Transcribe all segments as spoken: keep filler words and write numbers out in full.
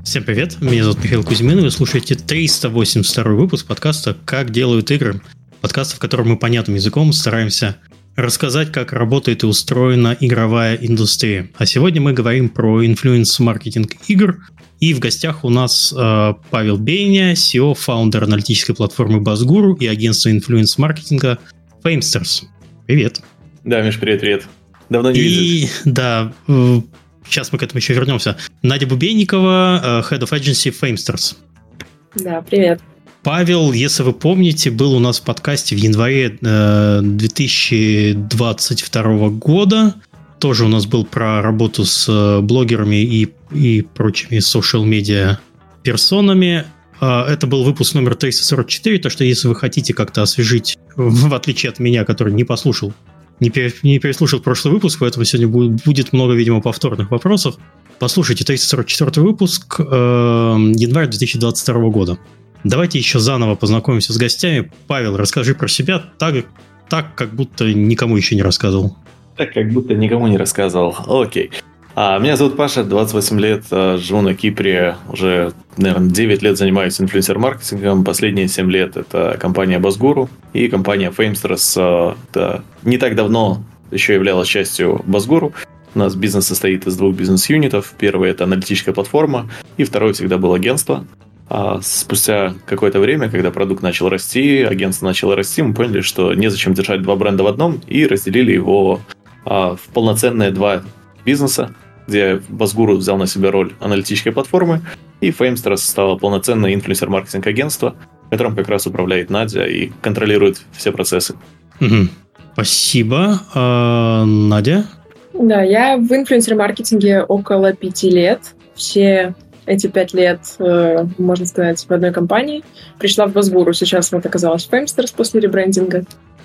Всем привет, меня зовут Михаил Кузьмин, и вы слушаете триста восемьдесят второй выпуск подкаста «Как делают игры», подкаста, в котором мы понятным языком стараемся рассказать, как работает и устроена игровая индустрия. А сегодня мы говорим про инфлюенс-маркетинг игр, и в гостях у нас э, Павел Бейня, си и о, фаундер аналитической платформы BuzzGuru и агентства инфлюенс-маркетинга Famesters. Привет. Да, Миш, привет-привет. Давно не и, виделись. Да, э, сейчас мы к этому еще вернемся. Надя Бубейникова, Head of Agency Famesters. Да, привет. Павел, если вы помните, был у нас в подкасте в январе э, две тысячи двадцать второго года. Тоже у нас был про работу с блогерами и, и прочими social-медиа персонами. Э, это был выпуск номер триста сорок четыре, так что если вы хотите как-то освежить, в отличие от меня, который не послушал, Не, пере, не переслушал прошлый выпуск, поэтому сегодня будет, будет много, видимо, повторных вопросов. Послушайте триста сорок четвёртый выпуск, э, январь две тысячи двадцать второго года. Давайте еще заново познакомимся с гостями. Павел, расскажи про себя так, так как будто никому еще не рассказывал. Так, как будто никому не рассказывал. Окей. А, меня зовут Паша, двадцать восемь лет, живу на Кипре, уже, наверное, девять лет занимаюсь инфлюенсер-маркетингом. Последние семь лет это компания BuzzGuru и компания Famesters. Это не так давно еще являлась частью BuzzGuru. У нас бизнес состоит из двух бизнес-юнитов. Первый – это аналитическая платформа, и второй всегда было агентство. А спустя какое-то время, когда продукт начал расти, агентство начало расти, мы поняли, что незачем держать два бренда в одном, и разделили его а, в полноценные два бизнеса, где BuzzGuru взял на себя роль аналитической платформы, и Famesters стало полноценное инфлюенсер-маркетинг-агентство, которым как раз управляет Надя и контролирует все процессы. Угу. Спасибо. А, Надя? Да, я в инфлюенсер-маркетинге около пяти лет. Все эти пять лет, можно сказать, в одной компании. Пришла в BuzzGuru, сейчас вот оказалась в Famesters после ребрендинга.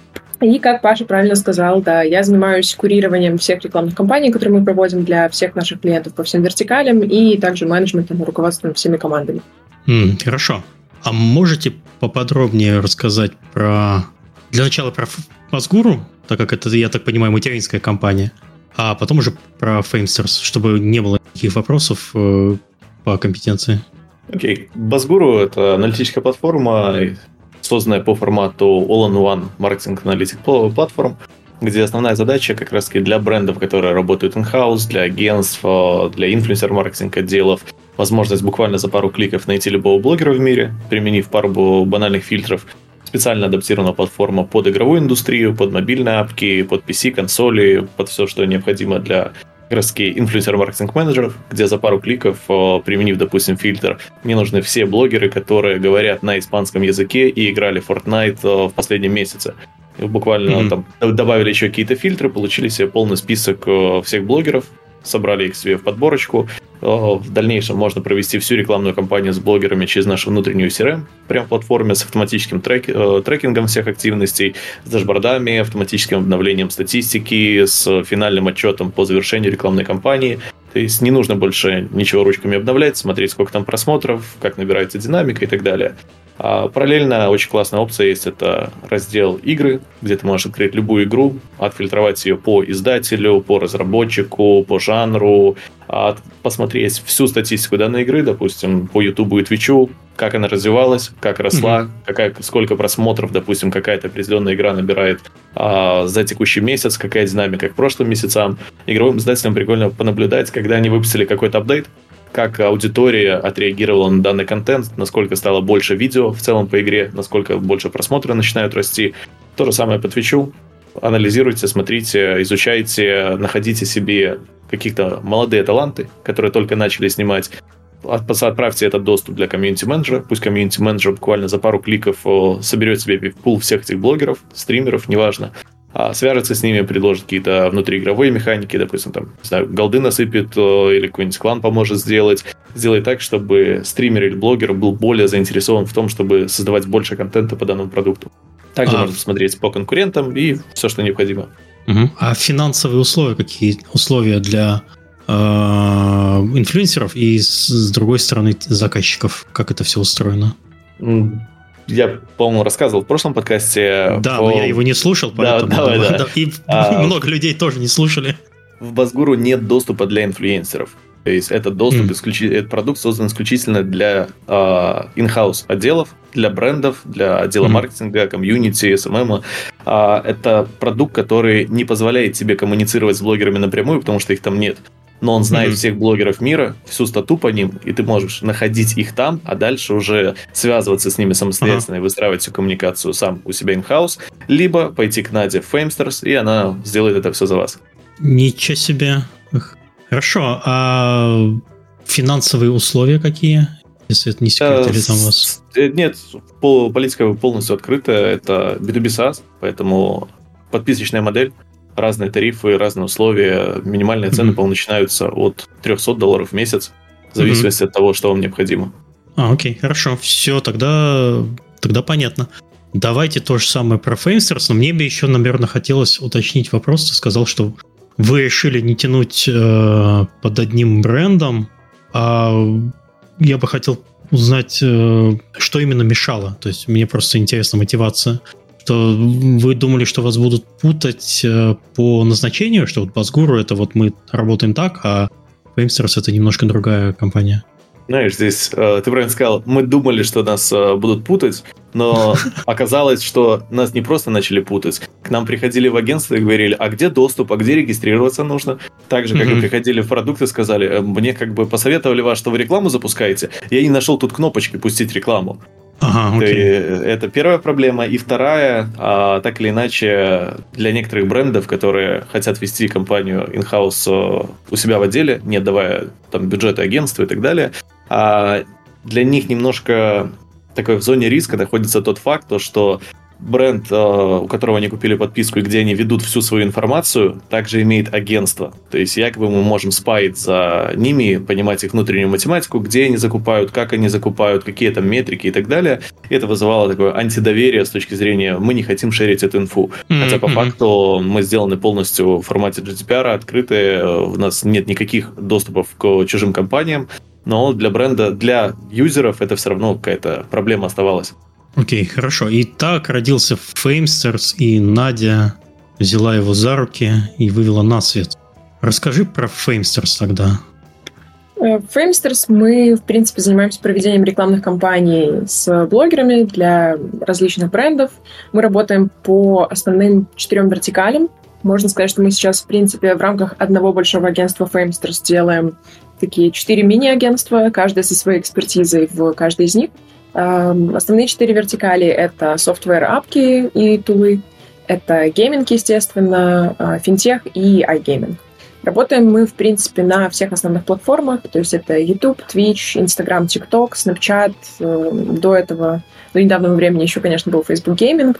И, как Паша правильно сказал, да, я занимаюсь курированием всех рекламных кампаний, которые мы проводим для всех наших клиентов по всем вертикалям, и также менеджментом и руководством всеми командами. Mm, хорошо. А можете поподробнее рассказать про... Для начала про BuzzGuru, так как это, я так понимаю, материнская компания, а потом уже про Famesters, чтобы не было никаких вопросов э, по компетенции. Окей. Okay. BuzzGuru — это аналитическая платформа, созданная по формату all-in-one маркетинг-аналитик платформ, где основная задача как раз-таки для брендов, которые работают in-house, для агентств, для инфлюенсер-маркетинг отделов, возможность буквально за пару кликов найти любого блогера в мире, применив пару банальных фильтров. Специально адаптирована платформа под игровую индустрию, под мобильные апки, под пи си, консоли, под все, что необходимо для как раз-таки инфлюенсер-маркетинг-менеджеров, где за пару кликов, применив, допустим, фильтр, мне нужны все блогеры, которые говорят на испанском языке и играли в Fortnite в последнем месяце. И буквально mm-hmm. там добавили еще какие-то фильтры, получили себе полный список всех блогеров, собрали их себе в подборочку. В дальнейшем можно провести всю рекламную кампанию с блогерами через нашу внутреннюю си ар эм, прямо в платформе с автоматическим трек, трекингом всех активностей, с дашбордами, автоматическим обновлением статистики, с финальным отчетом по завершению рекламной кампании. То есть не нужно больше ничего ручками обновлять, смотреть, сколько там просмотров, как набирается динамика и так далее. А параллельно очень классная опция есть, это раздел игры, где ты можешь открыть любую игру, отфильтровать ее по издателю, по разработчику, по жанру, посмотреть всю статистику данной игры, допустим, по Ютубу и Твичу, как она развивалась, как росла, mm-hmm. какая, сколько просмотров, допустим, какая-то определенная игра набирает а, за текущий месяц, какая динамика к прошлым месяцам. Игровым издателям прикольно понаблюдать, когда они выпустили какой-то апдейт, как аудитория отреагировала на данный контент, насколько стало больше видео в целом по игре, насколько больше просмотры начинают расти. То же самое по Твичу. Анализируйте, смотрите, изучайте, находите себе каких-то молодые таланты, которые только начали снимать. Отправьте этот доступ для комьюнити-менеджера. Пусть комьюнити-менеджер буквально за пару кликов соберет себе пул всех этих блогеров, стримеров, неважно. А свяжется с ними, предложит какие-то внутриигровые механики, допустим, там, не знаю, голды насыпет или какой-нибудь клан поможет сделать. Сделай так, чтобы стример или блогер был более заинтересован в том, чтобы создавать больше контента по данному продукту. Также а... можно посмотреть по конкурентам и все, что необходимо. Угу. А финансовые условия, какие условия для э, инфлюенсеров и, с, с другой стороны, заказчиков? Как это все устроено? Я, по-моему, рассказывал в прошлом подкасте. Да, по... но я его не слушал, поэтому... Да, давай, да. И а... много людей тоже не слушали. В BuzzGuru нет доступа для инфлюенсеров. То есть этот доступ, mm. исключи... этот продукт создан исключительно для э, in-house отделов, для брендов, для отдела mm. маркетинга, комьюнити, эс эм эм. Э, это продукт, который не позволяет тебе коммуницировать с блогерами напрямую, потому что их там нет. Но он знает mm-hmm. всех блогеров мира, всю стату по ним, и ты можешь находить их там, а дальше уже связываться с ними самостоятельно uh-huh. и выстраивать всю коммуникацию сам у себя in-house, либо пойти к Наде в Famesters, и она сделает это все за вас. Ничего себе. Хорошо. А финансовые условия какие? Если это не секрет, или там у вас? Нет, политика полностью открыта. Это би ту би SaaS, поэтому подписочная модель. Разные тарифы, разные условия. Минимальные цены, mm-hmm. по-моему, начинаются от триста долларов в месяц, в зависимости mm-hmm. от того, что вам необходимо. А, окей, хорошо. Все, тогда, тогда понятно. Давайте то же самое про Famesters, но мне бы еще, наверное, хотелось уточнить вопрос. Ты сказал, что вы решили не тянуть э, под одним брендом, а я бы хотел узнать, э, что именно мешало. То есть мне просто интересна мотивация. Что вы думали, что вас будут путать э, по назначению, что вот BuzzGuru это вот мы работаем так, а Famesters это немножко другая компания. Знаешь, здесь э, ты правильно сказал, мы думали, что нас э, будут путать, но оказалось, что нас не просто начали путать. К нам приходили в агентство и говорили, а где доступ, а где регистрироваться нужно? Так же, как и приходили в продукт и сказали, мне как бы посоветовали вас, что вы рекламу запускаете, я не нашел тут кнопочки «Пустить рекламу». Ага, окей. Это первая проблема. И вторая, а, так или иначе, для некоторых брендов, которые хотят вести компанию in-house у себя в отделе, не отдавая там бюджеты агентства и так далее, а для них немножко такой в зоне риска находится тот факт, то, что бренд, у которого они купили подписку и где они ведут всю свою информацию, также имеет агентство. То есть якобы мы можем спаять за ними, понимать их внутреннюю математику, где они закупают, как они закупают, какие там метрики и так далее. И это вызывало такое антидоверие с точки зрения мы не хотим шерить эту инфу. Mm-hmm. Хотя по факту мы сделаны полностью в формате джи ди пи ар, открытые, у нас нет никаких доступов к чужим компаниям, но для бренда, для юзеров это все равно какая-то проблема оставалась. Окей, okay, хорошо. И так родился Famesters, и Надя взяла его за руки и вывела на свет. Расскажи про Famesters тогда. В Famesters мы, в принципе, занимаемся проведением рекламных кампаний с блогерами для различных брендов. Мы работаем по основным четырем вертикалям. Можно сказать, что мы сейчас, в принципе, в рамках одного большого агентства Famesters делаем такие четыре мини-агентства, каждое со своей экспертизой в каждой из них. Основные четыре вертикали — это софтвер-апки и тулы, это гейминг, естественно, финтех и iGaming. Работаем мы, в принципе, на всех основных платформах, то есть это YouTube, Twitch, Instagram, TikTok, Snapchat, до этого, до недавнего времени еще, конечно, был Facebook Gaming,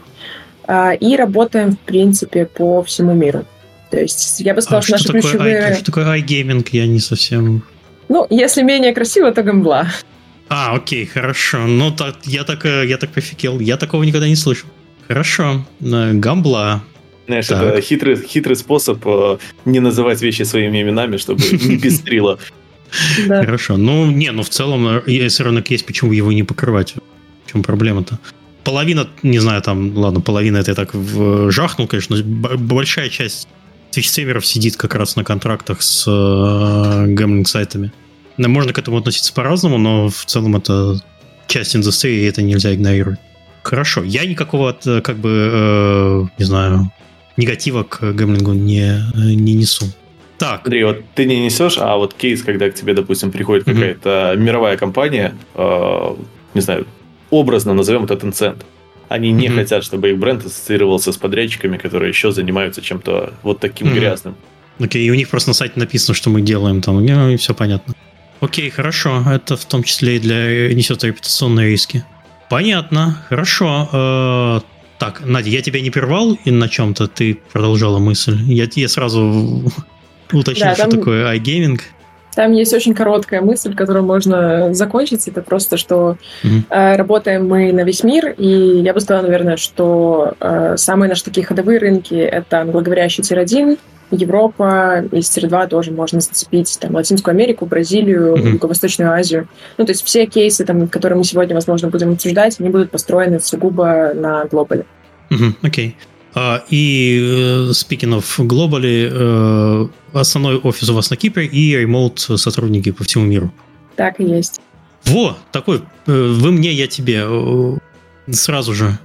и работаем, в принципе, по всему миру. То есть я бы сказала, а что наши такое ключевые... I, что такое iGaming? Я не совсем... Ну, если менее красиво, то гамбла. А, окей, хорошо. Ну, так, я, так, я так пофигел. Я такого никогда не слышал. Хорошо. Гамбла. Знаешь, так. Это хитрый, хитрый способ не называть вещи своими именами, чтобы не пестрило. Хорошо. Ну, не, ну в целом, если рынок есть, почему его не покрывать? В чем проблема-то? Половина, не знаю, там, ладно, половина это я так жахнул, конечно, но большая часть твич-стримеров сидит как раз на контрактах с гэмблинг-сайтами. Можно к этому относиться по-разному, но в целом это часть индустрии, и это нельзя игнорировать. Хорошо. Я никакого, как бы, э, не знаю, негатива к гэмблингу не, не несу. Так. Андрей, вот ты не несешь, а вот кейс, когда к тебе, допустим, приходит mm-hmm. какая-то мировая компания, э, не знаю, образно назовем это Tencent. Они не mm-hmm. хотят, чтобы их бренд ассоциировался с подрядчиками, которые еще занимаются чем-то вот таким mm-hmm. грязным. Окей, okay, и у них просто на сайте написано, что мы делаем там, и все понятно. Окей, хорошо. Это в том числе и для несет репутационные риски. Понятно, хорошо. Э, так, Надя, я тебя не прервал и на чем-то ты продолжала мысль. Я, я сразу уточнил, да, что там, такое iGaming. Там есть очень короткая мысль, которую можно закончить. Это просто, что mm-hmm. э, работаем мы на весь мир, и я бы сказала, наверное, что э, самые наши такие ходовые рынки — это англоговорящий тир один, Европа, из тир два тоже можно зацепить там, Латинскую Америку, Бразилию, mm-hmm. Юго-Восточную Азию. Ну, то есть все кейсы, там, которые мы сегодня, возможно, будем обсуждать, они будут построены сугубо на глобале. Окей. Okay. И speaking of globally, основной офис у вас на Кипре и ремоут сотрудники по всему миру. Так и есть. Во, такой, вы мне, я тебе. Сразу же.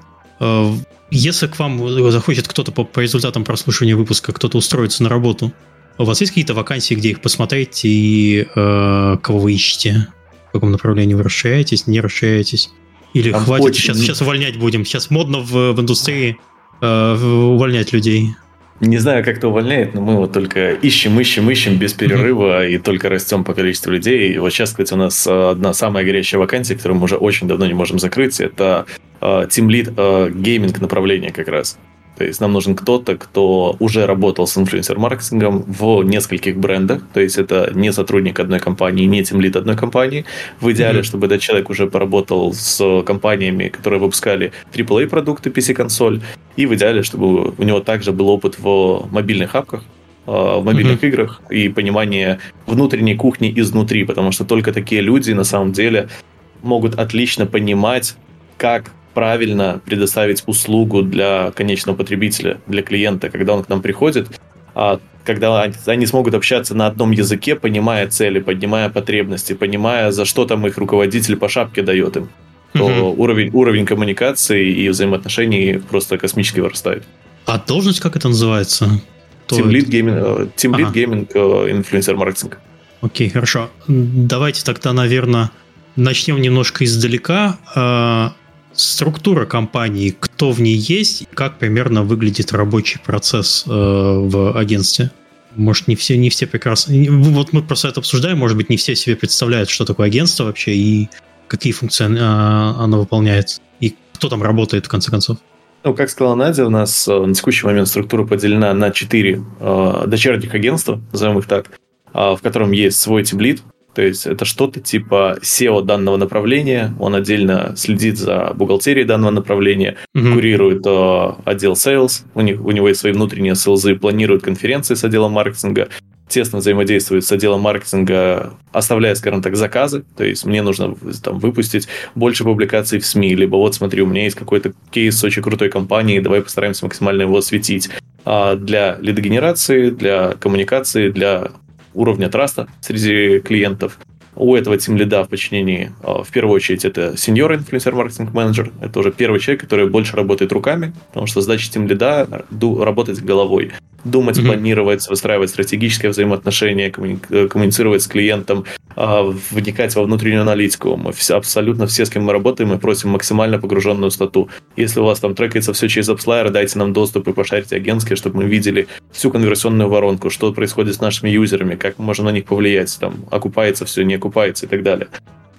Если к вам захочет кто-то по, по результатам прослушивания выпуска, кто-то устроится на работу, у вас есть какие-то вакансии, где их посмотреть и э, кого вы ищете? В каком направлении вы расширяетесь, не расширяетесь? Или там хватит, очень... сейчас, сейчас увольнять будем? Сейчас модно в, в индустрии э, увольнять людей. Не знаю, как это увольняет, но мы вот только ищем, ищем, ищем без перерыва mm-hmm. и только растем по количеству людей. И вот сейчас, кстати, у нас одна самая горячая вакансия, которую мы уже очень давно не можем закрыть, это Team Lead гейминг направление как раз. То есть нам нужен кто-то, кто уже работал с инфлюенсер-маркетингом в нескольких брендах. То есть это не сотрудник одной компании, не тимлид одной компании. В идеале, mm-hmm. чтобы этот человек уже поработал с компаниями, которые выпускали трипл эй-продукты, пи си-консоль. И в идеале, чтобы у него также был опыт в мобильных апках, в мобильных mm-hmm. играх и понимание внутренней кухни изнутри. Потому что только такие люди на самом деле могут отлично понимать, как правильно предоставить услугу для конечного потребителя, для клиента, когда он к нам приходит, а когда они смогут общаться на одном языке, понимая цели, поднимая потребности, понимая, за что там их руководитель по шапке дает им, то mm-hmm. уровень, уровень коммуникации и взаимоотношений просто космически вырастает. А должность как это называется? Team Lead Gaming, Team Lead Gaming Influencer Marketing. Окей, хорошо. Давайте тогда, наверное, начнем немножко издалека. Структура компании, кто в ней есть, как примерно выглядит рабочий процесс э, в агентстве. Может, не все, не все прекрасно... Вот мы просто это обсуждаем, может быть, не все себе представляют, что такое агентство вообще и какие функции э, оно выполняет, и кто там работает, в конце концов. Ну, как сказала Надя, у нас э, на текущий момент структура поделена на четыре э, дочерних агентства, назовем их так, э, в котором есть свой тимлид. То есть это что-то типа сео данного направления, он отдельно следит за бухгалтерией данного направления, mm-hmm. курирует э, отдел sales, у, них, у него есть свои внутренние селзы, планирует конференции с отделом маркетинга, тесно взаимодействует с отделом маркетинга, оставляя, скажем так, заказы. То есть мне нужно там выпустить больше публикаций в СМИ, либо вот смотри, у меня есть какой-то кейс с очень крутой компанией, давай постараемся максимально его осветить. А для лидогенерации, для коммуникации, для уровня траста среди клиентов. У этого тимлида в подчинении, в первую очередь, это senior influencer marketing manager. Это уже первый человек, который больше работает руками, потому что задача тимлида — работать головой. Думать, mm-hmm. планировать, выстраивать стратегическое взаимоотношение, коммуни- коммуницировать с клиентом, вникать во внутреннюю аналитику. Мы все, абсолютно все, с кем мы работаем, мы просим максимально погруженную стату. Если у вас там трекается все через AppsFlyer, дайте нам доступ и пошарьте агентские, чтобы мы видели всю конверсионную воронку, что происходит с нашими юзерами, как мы можем на них повлиять, там, окупается все, не окупается и так далее.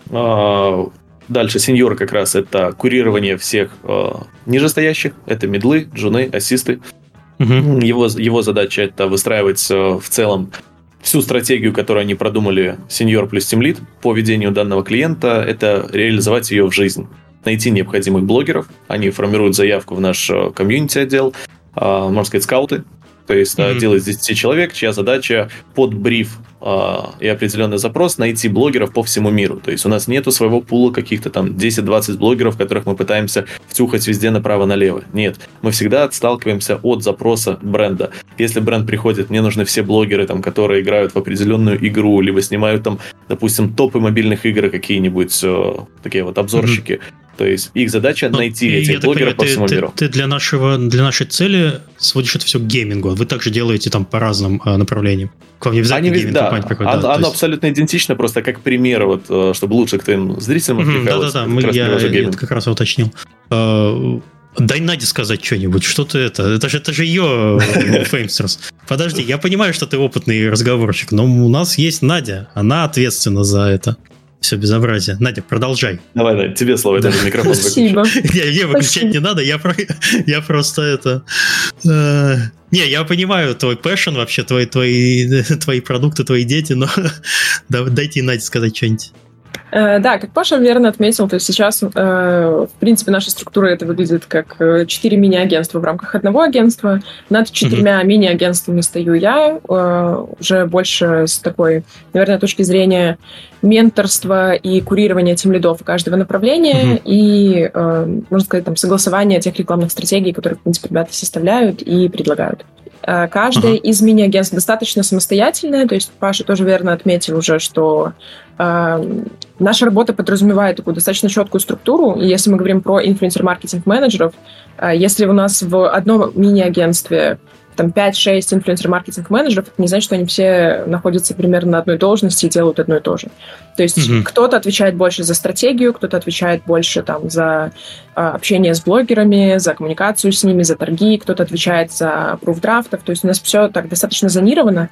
Дальше сеньор как раз это курирование всех нижестоящих, это мидлы, джуны, ассисты. Uh-huh. Его, его задача это выстраивать в целом всю стратегию, которую они продумали, сеньор плюс тимлид, по ведению данного клиента, это реализовать ее в жизнь. Найти необходимых блогеров, они формируют заявку в наш комьюнити-отдел, можно сказать, скауты, то есть mm-hmm. отдел из десяти человек, чья задача под бриф э, и определенный запрос найти блогеров по всему миру. То есть у нас нету своего пула каких-то там десять-двадцать блогеров, которых мы пытаемся втюхать везде направо-налево. Нет, мы всегда сталкиваемся от запроса бренда. Если бренд приходит, мне нужны все блогеры, там, которые играют в определенную игру, либо снимают там, допустим, топы мобильных игр какие-нибудь, э, такие вот обзорщики. Mm-hmm. То есть их задача Но найти этих блогеров по всему ты, миру. Ты для, нашего, для нашей цели сводишь это все к геймингу. Вы также делаете там по разным э, направлениям. К вам не обязательно гейминг-компания да, приходит. Оно, да, оно есть... абсолютно идентично, просто как пример, вот, чтобы лучше к твоим зрителям mm-hmm, откликалось. Да-да-да, мы, я, я это как раз уточнил. Uh, дай Наде сказать что-нибудь. Что ты это? Это же, это же ее Famesters. Подожди, я понимаю, что ты опытный разговорщик, но у нас есть Надя. Она ответственна за это. Все безобразие. Надя, продолжай. Давай, Надя, тебе слово, да. Даже микрофон выключи. Спасибо. Не, выключать не надо, я, про, я просто это... Э, не, я понимаю твой passion вообще, твои, твои, твои продукты, твои дети, но дайте Наде сказать что-нибудь. Да, как Паша верно отметил, то есть сейчас, в принципе, наша структура это выглядит как четыре мини-агентства в рамках одного агентства. Над четырьмя mm-hmm. мини-агентствами стою я, уже больше с такой, наверное, точки зрения менторства и курирования тимлидов каждого направления mm-hmm. и, можно сказать, там, согласования тех рекламных стратегий, которые, в принципе, ребята составляют и предлагают. Каждая uh-huh. из мини-агентств достаточно самостоятельная, то есть Паша тоже верно отметил уже, что э, наша работа подразумевает такую достаточно четкую структуру, и если мы говорим про инфлюенсер-маркетинг-менеджеров, э, если у нас в одном мини-агентстве там пять-шесть инфлюенсер-маркетинг-менеджеров, это не значит, что они все находятся примерно на одной должности и делают одно и то же. То есть mm-hmm. кто-то отвечает больше за стратегию, кто-то отвечает больше там, за а, общение с блогерами, за коммуникацию с ними, за торги, кто-то отвечает за пруф-драфтов. То есть у нас все так достаточно зонировано,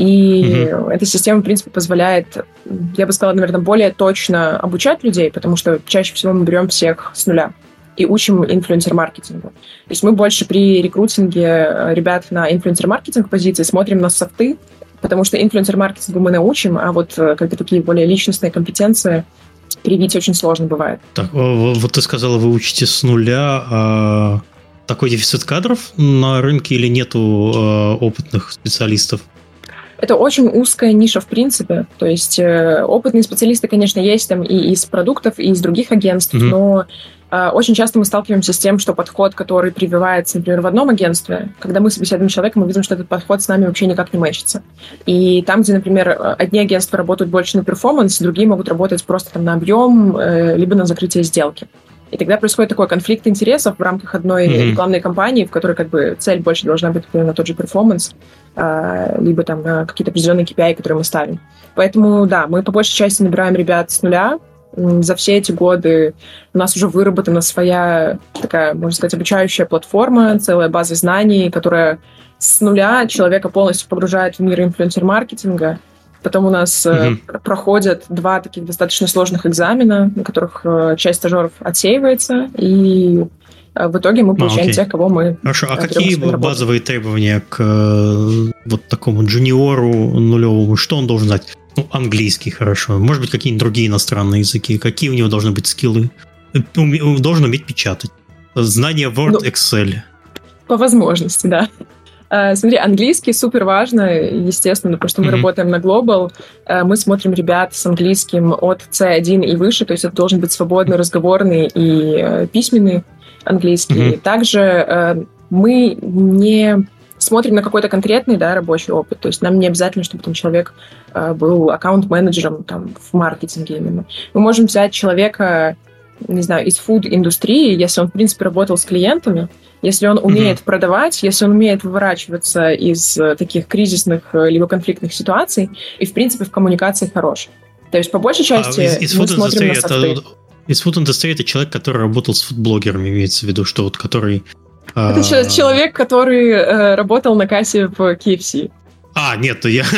и mm-hmm. эта система, в принципе, позволяет, я бы сказала, наверное, более точно обучать людей, потому что чаще всего мы берем всех с нуля и учим инфлюенсер-маркетингу. То есть мы больше при рекрутинге ребят на инфлюенсер-маркетинг позиции смотрим на софты, потому что инфлюенсер-маркетингу мы научим, а вот как бы такие более личностные компетенции привить очень сложно бывает. Так, вот ты сказала, вы учите с нуля. А такой дефицит кадров на рынке или нету опытных специалистов? Это очень узкая ниша в принципе. То есть э, опытные специалисты, конечно, есть там и из продуктов, и из других агентств, mm-hmm. но э, очень часто мы сталкиваемся с тем, что подход, который прививается, например, в одном агентстве, когда мы собеседуем человека, мы видим, что этот подход с нами вообще никак не мэчится. И там, где, например, одни агентства работают больше на перформанс, другие могут работать просто там, на объем, э, либо на закрытие сделки. И тогда происходит такой конфликт интересов в рамках одной mm-hmm. рекламной кампании, в которой как бы цель больше должна быть на тот же перформанс, либо там на какие-то определенные кей пи ай, которые мы ставим. Поэтому, да, мы по большей части набираем ребят с нуля. За все эти годы у нас уже выработана своя такая, можно сказать, обучающая платформа, целая база знаний, которая с нуля человека полностью погружает в мир инфлюенсер-маркетинга. Потом у нас mm-hmm. проходят два таких достаточно сложных экзамена, на которых часть стажеров отсеивается, и в итоге мы получаем а, тех, кого мы... Хорошо, а какие базовые требования к вот такому джуниору нулевому? Что он должен знать? Ну, английский, хорошо. Может быть, какие-нибудь другие иностранные языки? Какие у него должны быть скиллы? Он должен уметь печатать. Знание Word, ну, Excel. По возможности, да. Смотри, английский супер важно, естественно, потому что мы mm-hmm. работаем на Global, мы смотрим ребят с английским от си один и выше, то есть это должен быть свободный, разговорный и письменный английский. Mm-hmm. Также э, мы не смотрим на какой-то конкретный, да, рабочий опыт. То есть нам не обязательно, чтобы там человек э, был аккаунт-менеджером там, в маркетинге именно. Мы можем взять человека, не знаю, из фуд-индустрии, если он, в принципе, работал с клиентами, если он умеет mm-hmm. продавать, если он умеет выворачиваться из таких кризисных либо конфликтных ситуаций и, в принципе, в коммуникации хорош. То есть, по большей части, а из, из мы смотрим на софты. Это... Из фуд-индустрии это человек, который работал с фудблогерами, имеется в виду, что вот который... Это а... человек, который э, работал на кассе в кей эф си. А, нет, то я...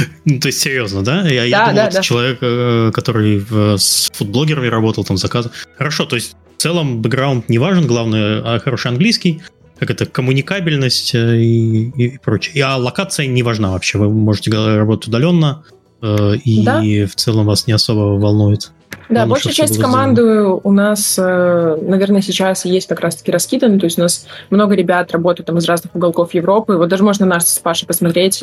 то есть, серьезно, да? Я, да, я думал, да, это да. человек, который в, с фудблогерами работал, там, заказывал. Хорошо, то есть, в целом, бэкграунд не важен, главное, а хороший английский, как это, коммуникабельность и, и, и прочее. И, а локация не важна вообще, вы можете работать удаленно, э, и да. в целом вас не особо волнует. Да, Главное, большая часть команды у нас, наверное, сейчас есть как раз-таки раскиданы, то есть у нас много ребят работают там из разных уголков Европы, вот даже можно наш с Пашей посмотреть,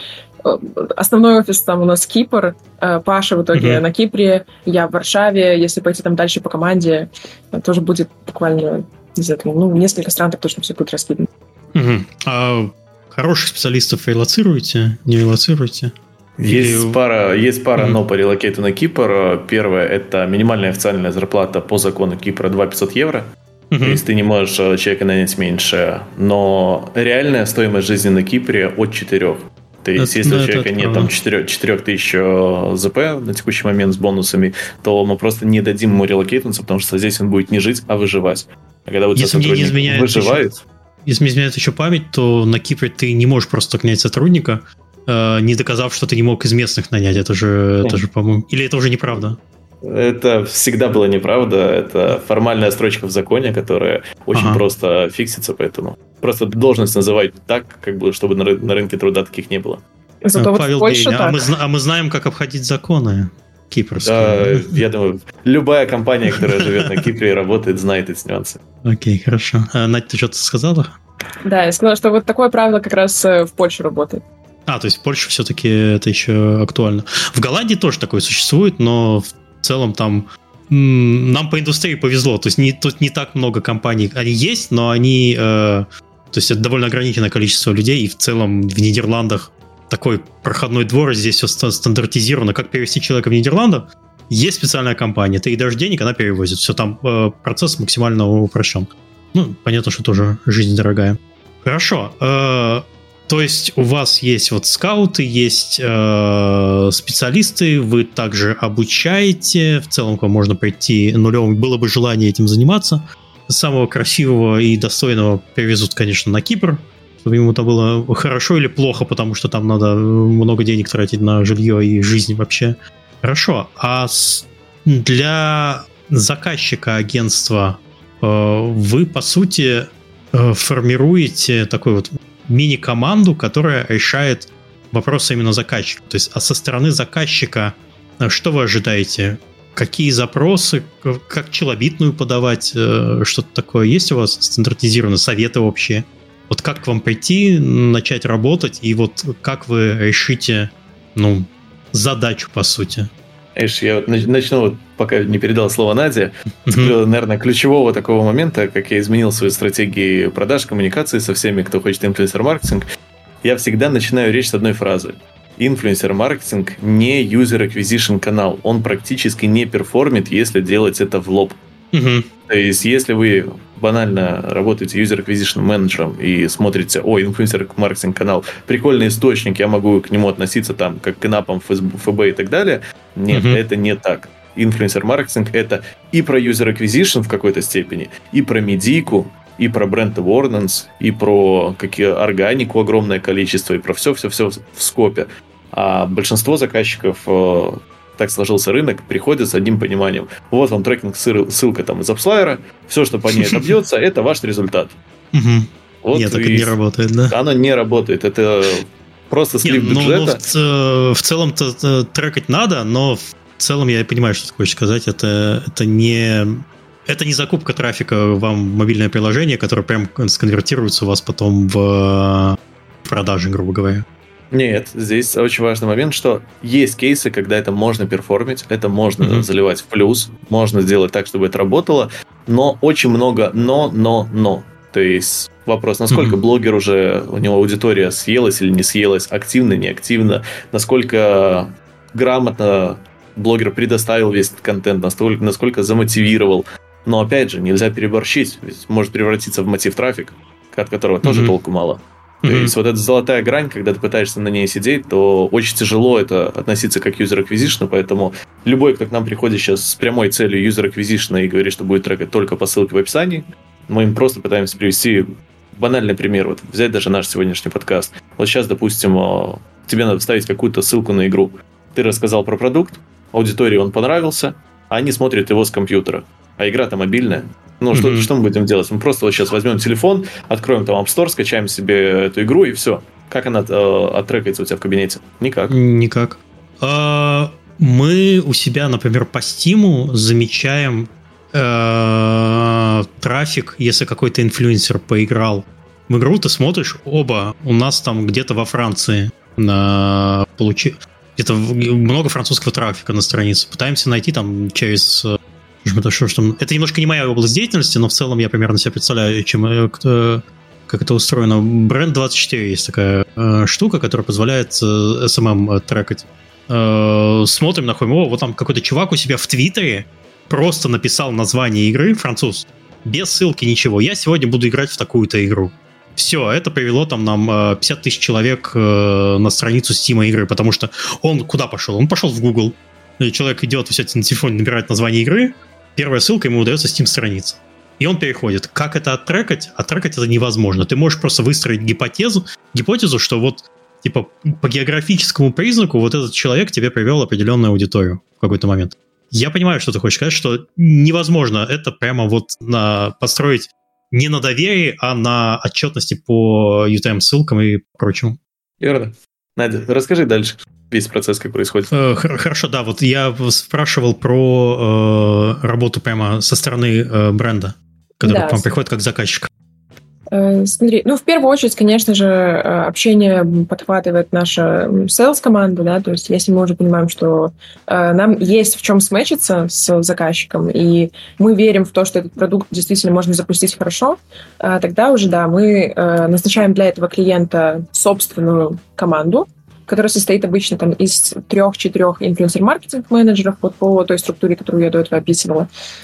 основной офис там у нас Кипр, Паша в итоге mm-hmm. на Кипре, я в Варшаве, если пойти там дальше по команде, тоже будет буквально, не знаю, ну, несколько стран так точно все будет раскидано. Mm-hmm. А хороших специалистов релоцируете, не релоцируете? Есть Или... пара, есть пара mm-hmm. но по релокейту на Кипр. Первое – это минимальная официальная зарплата по закону Кипра два тысячи пятьсот евро. Mm-hmm. То есть ты не можешь человека нанять меньше. Но реальная стоимость жизни на Кипре от четырех. То есть это, если у человека нет там четыре тысячи ЗП на текущий момент с бонусами, то мы просто не дадим ему релокейтнуться, потому что здесь он будет не жить, а выживать. А когда у тебя сотрудник выживает... Еще, если мне изменяет еще память, то на Кипре ты не можешь просто нанять сотрудника, не доказав, что ты не мог из местных нанять. Это же, это же, по-моему... Или это уже неправда? Это всегда была неправда. Это формальная строчка в законе, которая очень ага. просто фиксится, поэтому просто должность называть так, как бы, чтобы на, ры- на рынке труда таких не было. Зато Павел вот Польша Гейн, так. А, мы, а мы знаем, как обходить законы. Кипрская. Да, я думаю, любая компания, которая живет на Кипре и работает, знает эти нюансы. Окей, хорошо. А, Надь, ты что-то сказала? Да, я сказала, что вот такое правило как раз в Польше работает. А, то есть в Польше все-таки это еще актуально. В Голландии тоже такое существует, но в целом там м- нам по индустрии повезло. То есть не, тут не так много компаний. Они есть, но они... Э, то есть это довольно ограниченное количество людей, и в целом в Нидерландах такой проходной двор, здесь все стандартизировано. Как перевести человека в Нидерландах? Есть специальная компания. Ты ей даешь денег, она перевозит. Все, там э, процесс максимально упрощен. Ну, понятно, что тоже жизнь дорогая. Хорошо. Э, то есть у вас есть вот скауты, есть э, специалисты, вы также обучаете. В целом к вам можно прийти нулевым. Было бы желание этим заниматься. Самого красивого и достойного перевезут, конечно, на Кипр, чтобы ему там было хорошо или плохо, потому что там надо много денег тратить на жилье и жизнь вообще. Хорошо. А с, для заказчика агентства э, вы, по сути, э, формируете такую вот мини-команду, которая решает вопросы именно заказчика. То есть, а со стороны заказчика что вы ожидаете? Какие запросы? Как челобитную подавать? Э, что-то такое есть у вас стандартизированно? Советы общие? Вот как к вам прийти, начать работать, и вот как вы решите, ну, задачу, по сути? Эш, я вот начну, вот, пока не передал слово Наде, mm-hmm. наверное, ключевого такого момента, как я изменил свою стратегию продаж, коммуникации со всеми, кто хочет инфлюенсер-маркетинг, я всегда начинаю речь с одной фразы. Инфлюенсер-маркетинг не user-acquisition канал, он практически не перформит, если делать это в лоб. Mm-hmm. То есть, если вы банально работаете user-acquisition менеджером и смотрите, о, инфлюенсер-маркетинг канал, прикольный источник, я могу к нему относиться там, как к инапам, эф би и так далее. Нет, mm-hmm. это не так. Инфлюенсер-маркетинг — это и про user-acquisition в какой-то степени, и про медийку, и про бренд awareness, и про какие органику огромное количество, и про все-все-все в скопе. А большинство заказчиков... так сложился рынок, приходит с одним пониманием. Вот вам трекинг, ссылка там из AppsFlyer, все, что по ней отобьется, это ваш результат. Вот. Нет, так и не работает, да? Оно не работает, это просто слив Нет, бюджета. Ну, ну, в, в целом-то трекать надо, но в целом я понимаю, что ты хочешь сказать, это, это не... Это не закупка трафика вам в мобильное приложение, которое прям сконвертируется у вас потом в продажи, грубо говоря. Нет, здесь очень важный момент, что есть кейсы, когда это можно перформить, это можно mm-hmm. заливать в плюс, можно сделать так, чтобы это работало, но очень много но, но, но. То есть вопрос, насколько mm-hmm. блогер уже, у него аудитория съелась или не съелась, активно, неактивно, насколько грамотно блогер предоставил весь этот контент, насколько, насколько замотивировал. Но опять же, нельзя переборщить, ведь может превратиться в мотив трафик, от которого mm-hmm. тоже толку мало. То mm-hmm. есть вот эта золотая грань, когда ты пытаешься на ней сидеть, то очень тяжело это относиться как к user acquisition, поэтому любой, кто к нам приходит сейчас с прямой целью user acquisition и говорит, что будет трекать только по ссылке в описании, мы им просто пытаемся привести банальный пример, вот взять даже наш сегодняшний подкаст. Вот сейчас, допустим, тебе надо вставить какую-то ссылку на игру. Ты рассказал про продукт, аудитории он понравился, а они смотрят его с компьютера, а игра-то мобильная. Ну, mm-hmm. что, что мы будем делать? Мы просто вот сейчас возьмем телефон, откроем там App Store, скачаем себе эту игру, и все. Как она э, оттрекается у тебя в кабинете? Никак. Никак. А, мы у себя, например, по Steam замечаем э, трафик, если какой-то инфлюенсер поиграл в игру, ты смотришь, оба, у нас там где-то во Франции на, получи, где-то много французского трафика на странице. Пытаемся найти там через... Это, что, что, это немножко не моя область деятельности, но в целом я примерно себе представляю, чем, как это устроено. Бренд двадцать четыре есть такая э, штука, которая позволяет э, эс эм эм трекать. Э, смотрим, находим, о, вот там какой-то чувак у себя в Твиттере просто написал название игры, француз, без ссылки, ничего. Я сегодня буду играть в такую-то игру. Все, это привело там нам пятьдесят тысяч человек э, на страницу Steam игры, потому что он куда пошел? Он пошел в Google. Человек идет, у себя на телефоне набирает название игры, первая ссылка ему удается Steam-страница. И он переходит. Как это оттрекать? Оттрекать это невозможно. Ты можешь просто выстроить гипотезу, гипотезу, что вот типа по географическому признаку вот этот человек тебе привел определенную аудиторию в какой-то момент. Я понимаю, что ты хочешь сказать, что невозможно это прямо вот на, построить не на доверии, а на отчетности по ю ти эм-ссылкам и прочему. Верно. Надя, расскажи дальше весь процесс, как происходит. Хорошо, да, вот я спрашивал про э, работу прямо со стороны э, бренда, который да, к вам приходит как заказчик. Смотри, ну, в первую очередь, конечно же, общение подхватывает наша сейлс-команда, да, то есть если мы уже понимаем, что э, нам есть в чем сметчиться с заказчиком, и мы верим в то, что этот продукт действительно можно запустить хорошо, э, тогда уже, да, мы э, назначаем для этого клиента собственную команду, которая состоит обычно там из трех-четырех инфлюенсер-маркетинг-менеджеров вот по той структуре, которую я до этого описывала,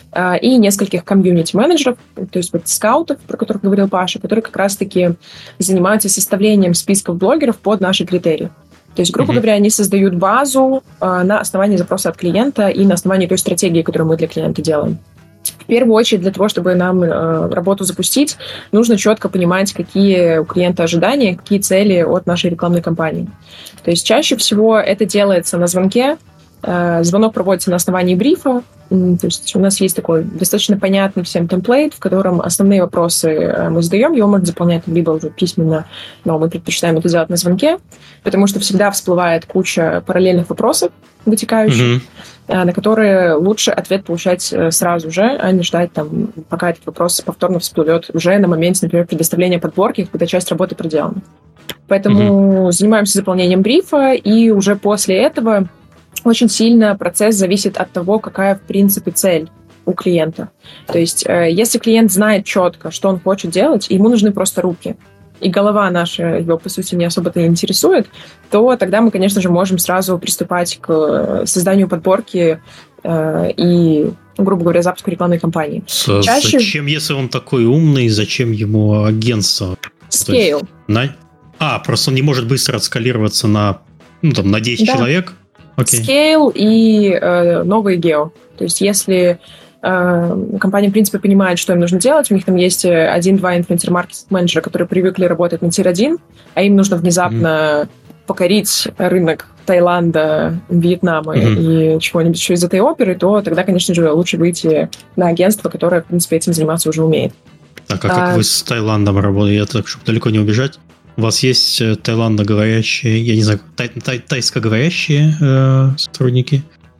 и нескольких комьюнити-менеджеров, то есть вот скаутов, про которых говорил Паша, которые как раз-таки занимаются составлением списков блогеров под наши критерии. То есть, грубо mm-hmm. говоря, они создают базу на основании запроса от клиента и на основании той стратегии, которую мы для клиента делаем. В первую очередь, для того, чтобы нам э, работу запустить, нужно четко понимать, какие у клиента ожидания, какие цели от нашей рекламной кампании. То есть чаще всего это делается на звонке. Э, звонок проводится на основании брифа. То есть у нас есть такой достаточно понятный всем темплейт, в котором основные вопросы мы задаем. Его можно заполнять либо уже письменно, но мы предпочитаем это делать на звонке, потому что всегда всплывает куча параллельных вопросов, вытекающих, mm-hmm. на которые лучше ответ получать сразу же, а не ждать, там, пока этот вопрос повторно всплывет уже на моменте, например, предоставления подборки, когда часть работы проделана. Поэтому mm-hmm. занимаемся заполнением брифа, и уже после этого очень сильно процесс зависит от того, какая, в принципе, цель у клиента. То есть, э, если клиент знает четко, что он хочет делать, ему нужны просто руки, и голова наша его, по сути, не особо-то интересует, то тогда мы, конечно же, можем сразу приступать к созданию подборки э, и, грубо говоря, запуску рекламной кампании. С- Чаще... Зачем, если он такой умный, зачем ему агентство? Скейл. На... А, просто он не может быстро отскалироваться на, ну, там, на десять да. человек? Scale и э, новые гео. То есть если э, компания, в принципе, понимает, что им нужно делать, у них там есть один-два инфлюенсер-маркетинг-менеджера, которые привыкли работать на тир один, а им нужно внезапно mm-hmm. покорить рынок Таиланда, Вьетнама mm-hmm. и чего-нибудь еще из этой оперы, то тогда, конечно же, лучше выйти на агентство, которое, в принципе, этим заниматься уже умеет. Так, а как а... вы с Таиландом работаете, так, чтобы далеко не убежать? У вас есть таиландоговорящие, я не знаю, тай, тай, тайскоговорящие э, сотрудники?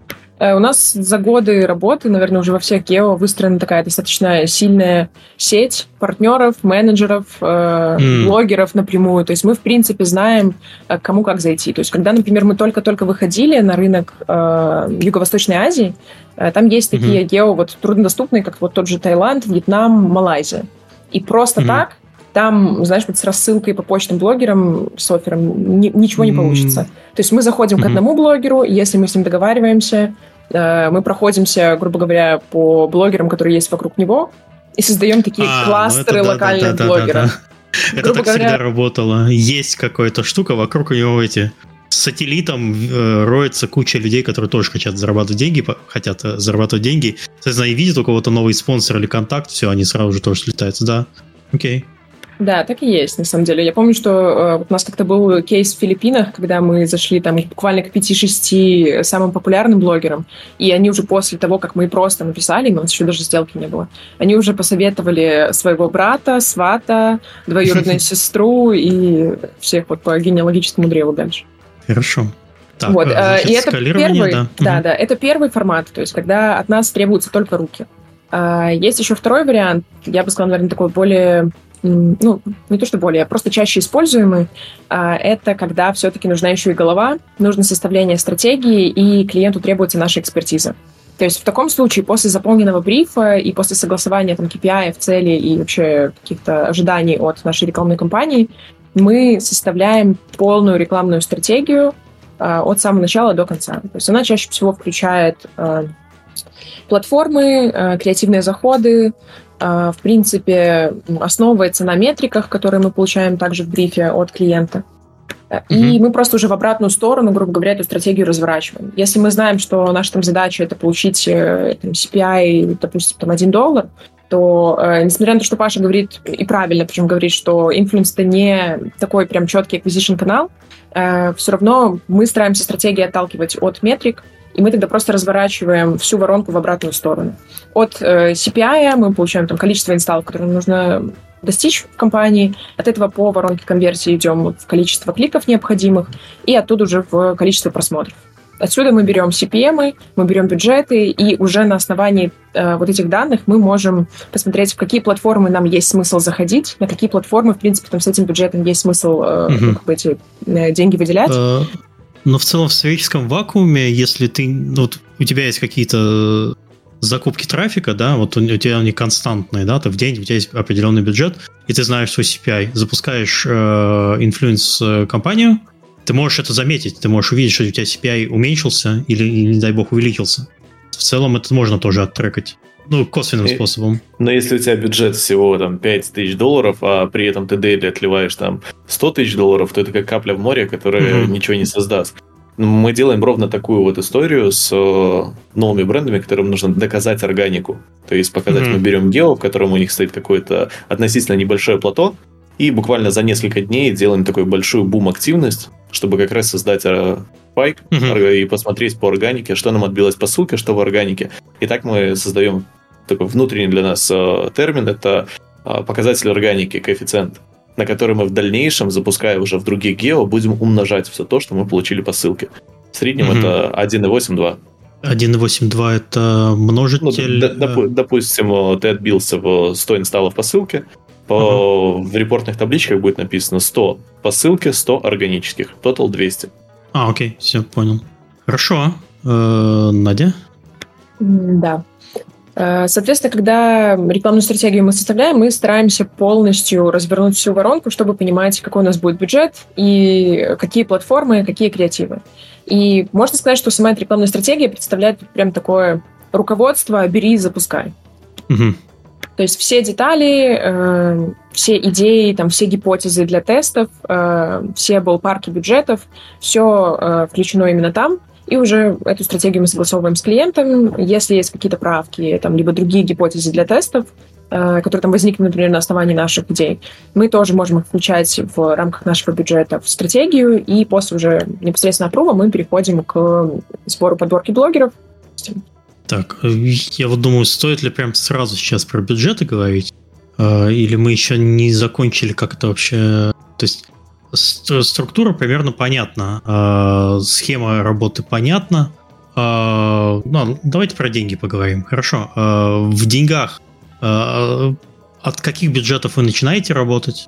У нас за годы работы, наверное, уже во всех гео выстроена такая достаточно сильная сеть партнеров, менеджеров, э, mm. блогеров напрямую. То есть мы, в принципе, знаем, кому как зайти. То есть когда, например, мы только-только выходили на рынок э, Юго-Восточной Азии, э, там есть mm-hmm. такие гео вот, труднодоступные, как вот тот же Таиланд, Вьетнам, Малайзия. И просто mm-hmm. так там, знаешь, вот с рассылкой по почтам блогерам, с оффером, ни, ничего не получится. Mm-hmm. То есть мы заходим mm-hmm. к одному блогеру, если мы с ним договариваемся, э, мы проходимся, грубо говоря, по блогерам, которые есть вокруг него, и создаем такие а, кластеры ну это, локальных да, да, блогеров. Да, да, да. Это так говоря... всегда работало. Есть какая-то штука, вокруг него эти... С сателлитом э, роется куча людей, которые тоже хотят зарабатывать деньги, хотят зарабатывать деньги. Соответственно, и видят у кого-то новый спонсор или контакт, все, они сразу же тоже слетаются, да. Окей. Да, так и есть, на самом деле. Я помню, что э, вот у нас как-то был кейс в Филиппинах, когда мы зашли там буквально к пяти-шести самым популярным блогерам, и они уже после того, как мы просто написали, у нас еще даже сделки не было, они уже посоветовали своего брата, свата, двоюродную сестру и всех вот по генеалогическому древу дальше. Хорошо. Так, вот, значит, и это первый, да. Да, угу. да, это первый формат, то есть когда от нас требуются только руки. Есть еще второй вариант, я бы сказала, наверное, такой более... ну, не то что более, а просто чаще используемый, это когда все-таки нужна еще и голова, нужно составление стратегии, и клиенту требуется наша экспертиза. То есть в таком случае после заполненного брифа и после согласования там, кей пи ай, целей и вообще каких-то ожиданий от нашей рекламной кампании мы составляем полную рекламную стратегию от самого начала до конца. То есть она чаще всего включает платформы, креативные заходы, в принципе, основывается на метриках, которые мы получаем также в брифе от клиента. И mm-hmm. мы просто уже в обратную сторону, грубо говоря, эту стратегию разворачиваем. Если мы знаем, что наша там задача это получить там, си пи ай, допустим, там, один доллар, то, э, несмотря на то, что Паша говорит, и правильно, причем говорит, что инфлюенс это не такой прям четкий acquisition канал, э, все равно мы стараемся стратегии отталкивать от метрик, и мы тогда просто разворачиваем всю воронку в обратную сторону. От э, си пи ай мы получаем там количество инсталлов, которые нужно достичь в компании. От этого по воронке конверсии идем в количество кликов необходимых и оттуда уже в количество просмотров. Отсюда мы берем си пи эм, мы берем бюджеты, и уже на основании э, вот этих данных мы можем посмотреть, в какие платформы нам есть смысл заходить, на какие платформы, в принципе, там с этим бюджетом есть смысл э, угу. как бы эти э, деньги выделять. А, но в целом в сферическом вакууме, если ты, ну, вот у тебя есть какие-то закупки трафика, да, вот у, у тебя они константные, да, ты в день, у тебя есть определенный бюджет, и ты знаешь свой си пи ай, запускаешь э, инфлюенс-компанию, ты можешь это заметить, ты можешь увидеть, что у тебя си пи ай уменьшился или, не дай бог, увеличился. В целом это можно тоже оттрекать. Ну, косвенным и, способом. Но если у тебя бюджет всего там пять тысяч долларов, а при этом ты дейли отливаешь там сто тысяч долларов, то это как капля в море, которая угу. ничего не создаст. Мы делаем ровно такую вот историю с новыми брендами, которым нужно доказать органику. То есть показать, угу. мы берем гео, в котором у них стоит какое-то относительно небольшое плато, и буквально за несколько дней делаем такую большую бум-активность, чтобы как раз создать спайк uh-huh. и посмотреть по органике, что нам отбилось по ссылке, что в органике. И так мы создаем такой внутренний для нас э, термин, это э, показатель органики, коэффициент, на который мы в дальнейшем, запуская уже в других гео, будем умножать все то, что мы получили по ссылке. В среднем uh-huh. это один целых восемь десятых. один целых восемь десятых это множитель... Ну, доп- допустим, ты отбился в сто инсталлов по ссылке, По, uh-huh. в репортных табличках будет написано сто по ссылке, сто органических. Total двести. А, окей, все, понял. Хорошо. Э-э, Надя? Да. Соответственно, когда рекламную стратегию мы составляем, мы стараемся полностью развернуть всю воронку, чтобы понимать, какой у нас будет бюджет и какие платформы, какие креативы. И можно сказать, что сама эта рекламная стратегия представляет прям такое руководство «бери и запускай». Uh-huh. То есть все детали, э, все идеи, там, все гипотезы для тестов, э, все баллпарки бюджетов, все э, включено именно там, и уже эту стратегию мы согласовываем с клиентом. Если есть какие-то правки, там, либо другие гипотезы для тестов, э, которые там возникли, например, на основании наших идей, мы тоже можем их включать в рамках нашего бюджета в стратегию, и после уже непосредственно аппрува мы переходим к сбору подборки блогеров. Так, я вот думаю, стоит ли прям сразу сейчас про бюджеты говорить? Или мы еще не закончили, как это вообще... То есть структура примерно понятна, схема работы понятна. Ну, давайте про деньги поговорим. Хорошо. В деньгах от каких бюджетов вы начинаете работать?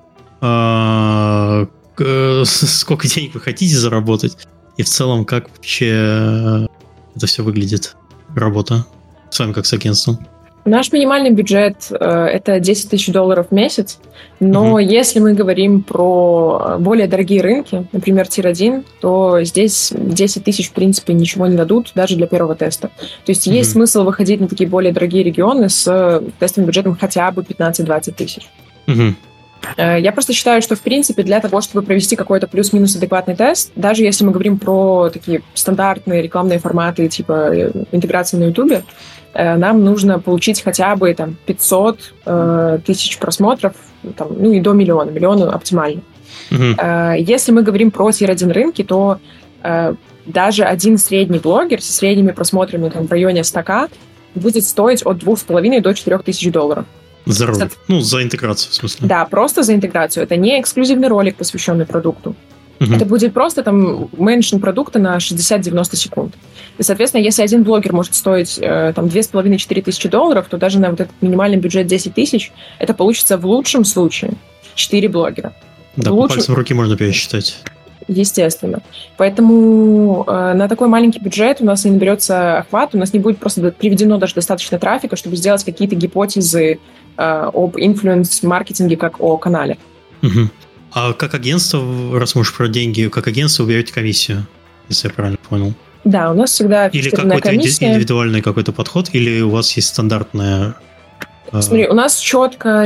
Сколько денег вы хотите заработать? И в целом, как вообще это все выглядит? Работа с вами как с агентством? Наш минимальный бюджет э, это десять тысяч долларов в месяц, но mm-hmm. если мы говорим про более дорогие рынки, например, тир один, то здесь десять тысяч в принципе ничего не дадут даже для первого теста. То есть mm-hmm. есть смысл выходить на такие более дорогие регионы с тестовым бюджетом хотя бы пятнадцать-двадцать тысяч. Mm-hmm. Я просто считаю, что, в принципе, для того, чтобы провести какой-то плюс-минус адекватный тест, даже если мы говорим про такие стандартные рекламные форматы типа интеграции на Ютубе, нам нужно получить хотя бы там, пятьсот э, тысяч просмотров, там, ну и до миллиона. Миллион оптимально. Mm-hmm. Э, если мы говорим про тир один рынки, то э, даже один средний блогер со средними просмотрами там, в районе сто тысяч будет стоить от двух с половиной до четырех тысяч долларов. За ролик. Ну, за интеграцию, в смысле. Да, просто за интеграцию. Это не эксклюзивный ролик, посвященный продукту. Uh-huh. Это будет просто там меншин продукта на шестьдесят-девяносто секунд. И, соответственно, если один блогер может стоить э, там две с половиной-четыре тысячи долларов, то даже на вот этот минимальный бюджет десять тысяч это получится в лучшем случае четыре блогера. Да, лучшем... по пальцам руки можно пересчитать. Естественно. Поэтому э, на такой маленький бюджет у нас не наберется охват, у нас не будет просто приведено даже достаточно трафика, чтобы сделать какие-то гипотезы э, об инфлюенс-маркетинге как о канале. Угу. А как агентство, раз мы уж про деньги, как агентство вы берете комиссию, если я правильно понял? Да, у нас всегда или какой-то комиссия. Индивидуальный какой-то подход, или у вас есть стандартная... Смотри, у нас четко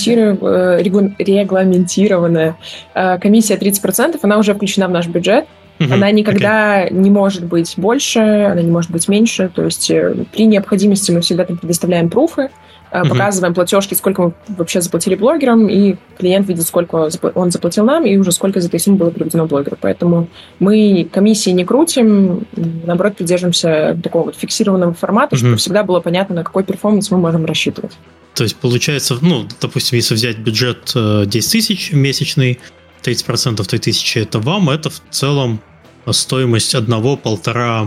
регламентированная комиссия тридцать процентов, она уже включена в наш бюджет. Uh-huh. Она никогда okay. не может быть больше, она не может быть меньше. То есть при необходимости мы всегда предоставляем пруфы, Uh-huh. Показываем платежки, сколько мы вообще заплатили блогерам, и клиент видит, сколько он заплатил нам, и уже сколько за этой суммы было переведено блогеру. Поэтому мы комиссии не крутим, наоборот, придерживаемся такого вот фиксированного формата, uh-huh. чтобы всегда было понятно, на какой перформанс мы можем рассчитывать. То есть, получается, ну, допустим, если взять бюджет десять тысяч месячный, тридцать процентов той тысячи это вам, это в целом стоимость одного-полтора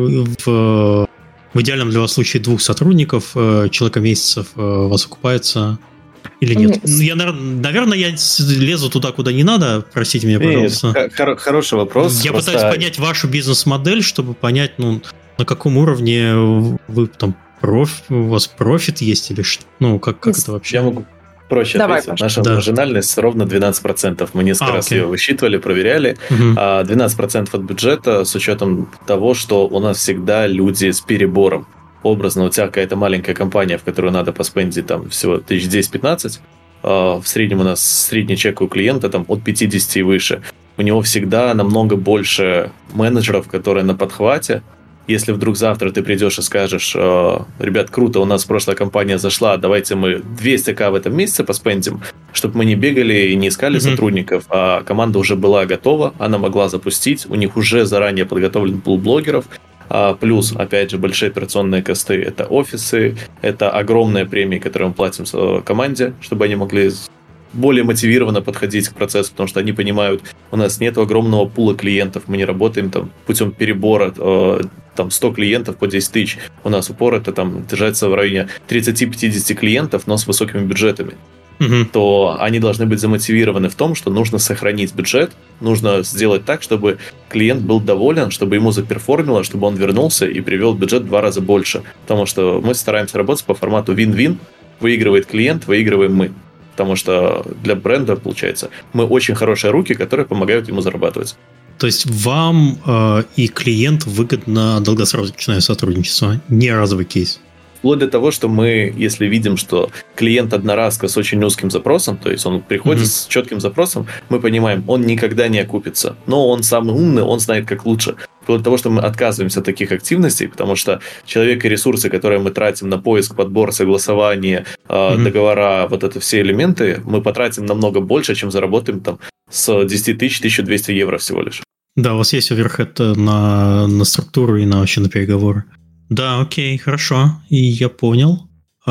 в... В идеальном для вас случае двух сотрудников, человека месяцев вас окупается или нет? Mm. Я, наверное, я лезу туда, куда не надо. Простите меня, пожалуйста. Нет, хор- хороший вопрос. Я просто... пытаюсь понять вашу бизнес-модель, чтобы понять, ну, на каком уровне вы там проф... у вас профит есть или что? Ну, как, как это вообще? Я могу проще Давай, ответить. Наша да. маржинальность ровно двенадцать процентов. Мы несколько а, раз окей. ее высчитывали, проверяли. Угу. А двенадцать процентов от бюджета с учетом того, что у нас всегда люди с перебором. Образно, у тебя какая-то маленькая компания, в которую надо поспендить там всего тысяч десять-пятнадцать. А в среднем у нас средний чек у клиента там от пятьдесят и выше. У него всегда намного больше менеджеров, которые на подхвате. Если вдруг завтра ты придешь и скажешь: ребят, круто, у нас прошлая компания зашла, давайте мы двести тысяч в этом месяце поспендим, чтобы мы не бегали и не искали mm-hmm. сотрудников, а команда уже была готова, она могла запустить, у них уже заранее подготовлен пул блогеров, а плюс, опять же, большие операционные косты, это офисы, это огромные премии, которые мы платим команде, чтобы они могли более мотивированно подходить к процессу, потому что они понимают, у нас нет огромного пула клиентов, мы не работаем там путем перебора, э, там сто клиентов по десять тысяч, у нас упор это там держится в районе тридцать-пятьдесят клиентов, но с высокими бюджетами, mm-hmm. то они должны быть замотивированы в том, что нужно сохранить бюджет, нужно сделать так, чтобы клиент был доволен, чтобы ему заперформило, чтобы он вернулся и привел бюджет в два раза больше, потому что мы стараемся работать по формату win-win, выигрывает клиент, выигрываем мы. Потому что для бренда, получается, мы очень хорошие руки, которые помогают ему зарабатывать. То есть вам э, и клиенту выгодно долгосрочное сотрудничество, не разовый кейс? Вплоть до того, что мы, если видим, что клиент одноразка с очень узким запросом, то есть он приходит mm-hmm. с четким запросом, мы понимаем, он никогда не окупится, но он самый умный, он знает, как лучше. Вплоть до того, что мы отказываемся от таких активностей, потому что человек и ресурсы, которые мы тратим на поиск, подбор, согласование, mm-hmm. договора, вот это все элементы, мы потратим намного больше, чем заработаем там с десять тысяч, тысяча двести евро всего лишь. Да, у вас есть оверхед на, на структуру и на вообще на переговоры. Да, окей, хорошо, и я понял.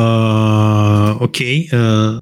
А, окей, а,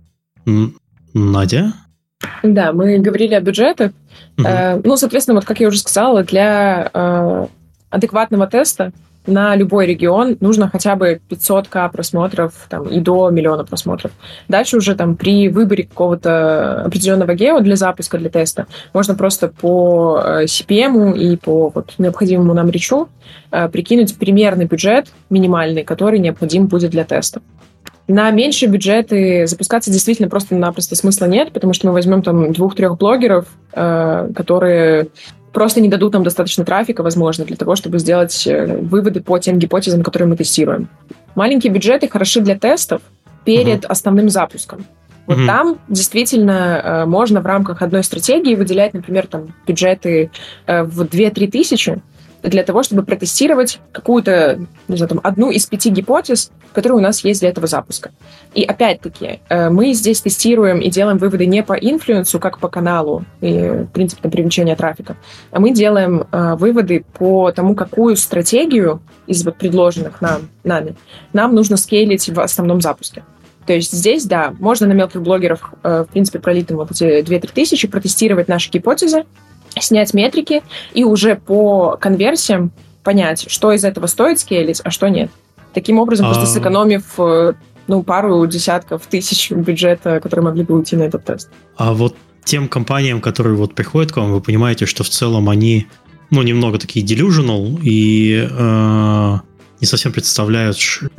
Надя? Да, мы говорили о бюджетах. Uh-huh. Э, ну, соответственно, вот как я уже сказала, для э, адекватного теста на любой регион нужно хотя бы пятьсот тысяч просмотров там, и до миллиона просмотров. Дальше уже там при выборе какого-то определенного гео для запуска, для теста, можно просто по си пи эм и по вот, необходимому нам речу э, прикинуть примерный бюджет минимальный, который необходим будет для теста. На меньшие бюджеты запускаться действительно просто-напросто смысла нет, потому что мы возьмем там двух-трех блогеров, э, которые просто не дадут нам достаточно трафика, возможно, для того, чтобы сделать выводы по тем гипотезам, которые мы тестируем. Маленькие бюджеты хороши для тестов перед uh-huh. основным запуском. Вот uh-huh. там действительно э, можно в рамках одной стратегии выделять, например, там, бюджеты э, в две-три тысячи для того, чтобы протестировать какую-то, не знаю, там, одну из пяти гипотез, которые у нас есть для этого запуска. И опять-таки, э, мы здесь тестируем и делаем выводы не по инфлюенсу, как по каналу и, в принципе, на привлечение трафика, а мы делаем э, выводы по тому, какую стратегию из вот предложенных нам, нами нам нужно скейлить в основном запуске. То есть здесь, да, можно на мелких блогерах, э, в принципе, пролить им вот эти две-три тысячи, протестировать наши гипотезы, снять метрики и уже по конверсиям понять, что из этого стоит скейлить, а что нет. Таким образом, а... просто сэкономив ну, пару десятков тысяч бюджета, которые могли бы уйти на этот тест. А вот тем компаниям, которые вот приходят к вам, вы понимаете, что в целом они ну, немного такие delusional и э, не совсем представляют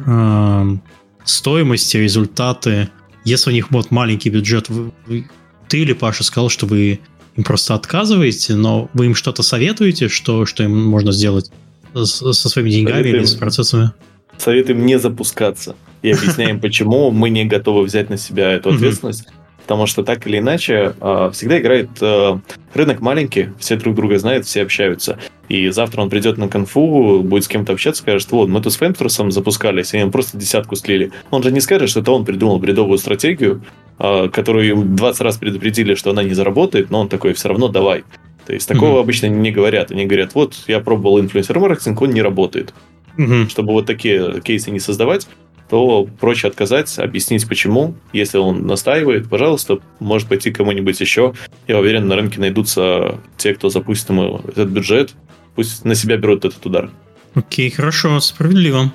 э, стоимость, результаты. Если у них вот маленький бюджет, вы, ты или Паша сказал, что вы им просто отказываете, но вы им что-то советуете, что, что им можно сделать со своими деньгами советуем, или с процессами? Советуем не запускаться и объясняем, почему мы не готовы взять на себя эту ответственность. Потому что так или иначе всегда играет рынок маленький, все друг друга знают, все общаются. И завтра он придет на конфу, будет с кем-то общаться, скажет, вот, мы тут с Фемстерсом запускались, и им просто десятку слили. Он же не скажет, что это он придумал бредовую стратегию, которую двадцать раз предупредили, что она не заработает, но он такой, все равно давай. То есть такого mm-hmm. обычно не говорят. Они говорят, вот, я пробовал инфлюенсер-маркетинг, он не работает. Mm-hmm. Чтобы вот такие кейсы не создавать, то проще отказать, объяснить почему. Если он настаивает, пожалуйста, может пойти кому-нибудь еще. Я уверен, на рынке найдутся те, кто запустит ему этот бюджет. Пусть на себя берут этот удар. Окей, хорошо, справедливо.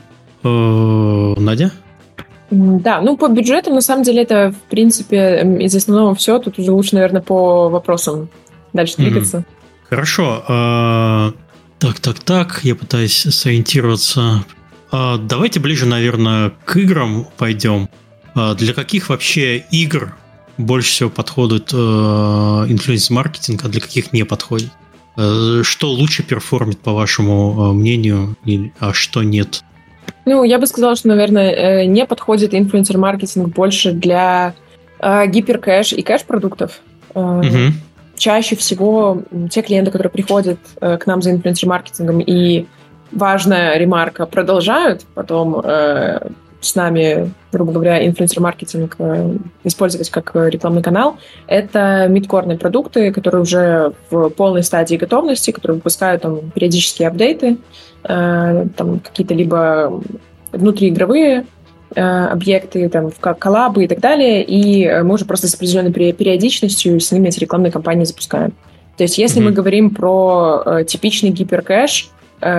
Надя? Да, ну по бюджетам, на самом деле, это, в принципе, из основного все. Тут уже лучше, наверное, по вопросам дальше двигаться. Mm-hmm. Хорошо. А, так, так, так, я пытаюсь сориентироваться. А, давайте ближе, наверное, к играм пойдем. А, для каких вообще игр больше всего подходит а, инфлюенс-маркетинг, а для каких не подходит? А, что лучше перформит, по вашему мнению, или, а что нет? Ну, я бы сказала, что, наверное, не подходит инфлюенсер-маркетинг больше для э, гиперкэш и кэш-продуктов. Э, угу. Чаще всего те клиенты, которые приходят э, к нам за инфлюенсер-маркетингом и, важная ремарка, продолжают потом э, с нами, грубо говоря, инфлюенсер-маркетинг э, использовать как рекламный канал, это мидкорные продукты, которые уже в полной стадии готовности, которые выпускают там периодические апдейты, э, там какие-то либо внутриигровые э, объекты, там, как коллабы и так далее, и мы уже просто с определенной периодичностью с ними эти рекламные кампании запускаем. То есть если mm-hmm. мы говорим про э, типичный гиперкэш,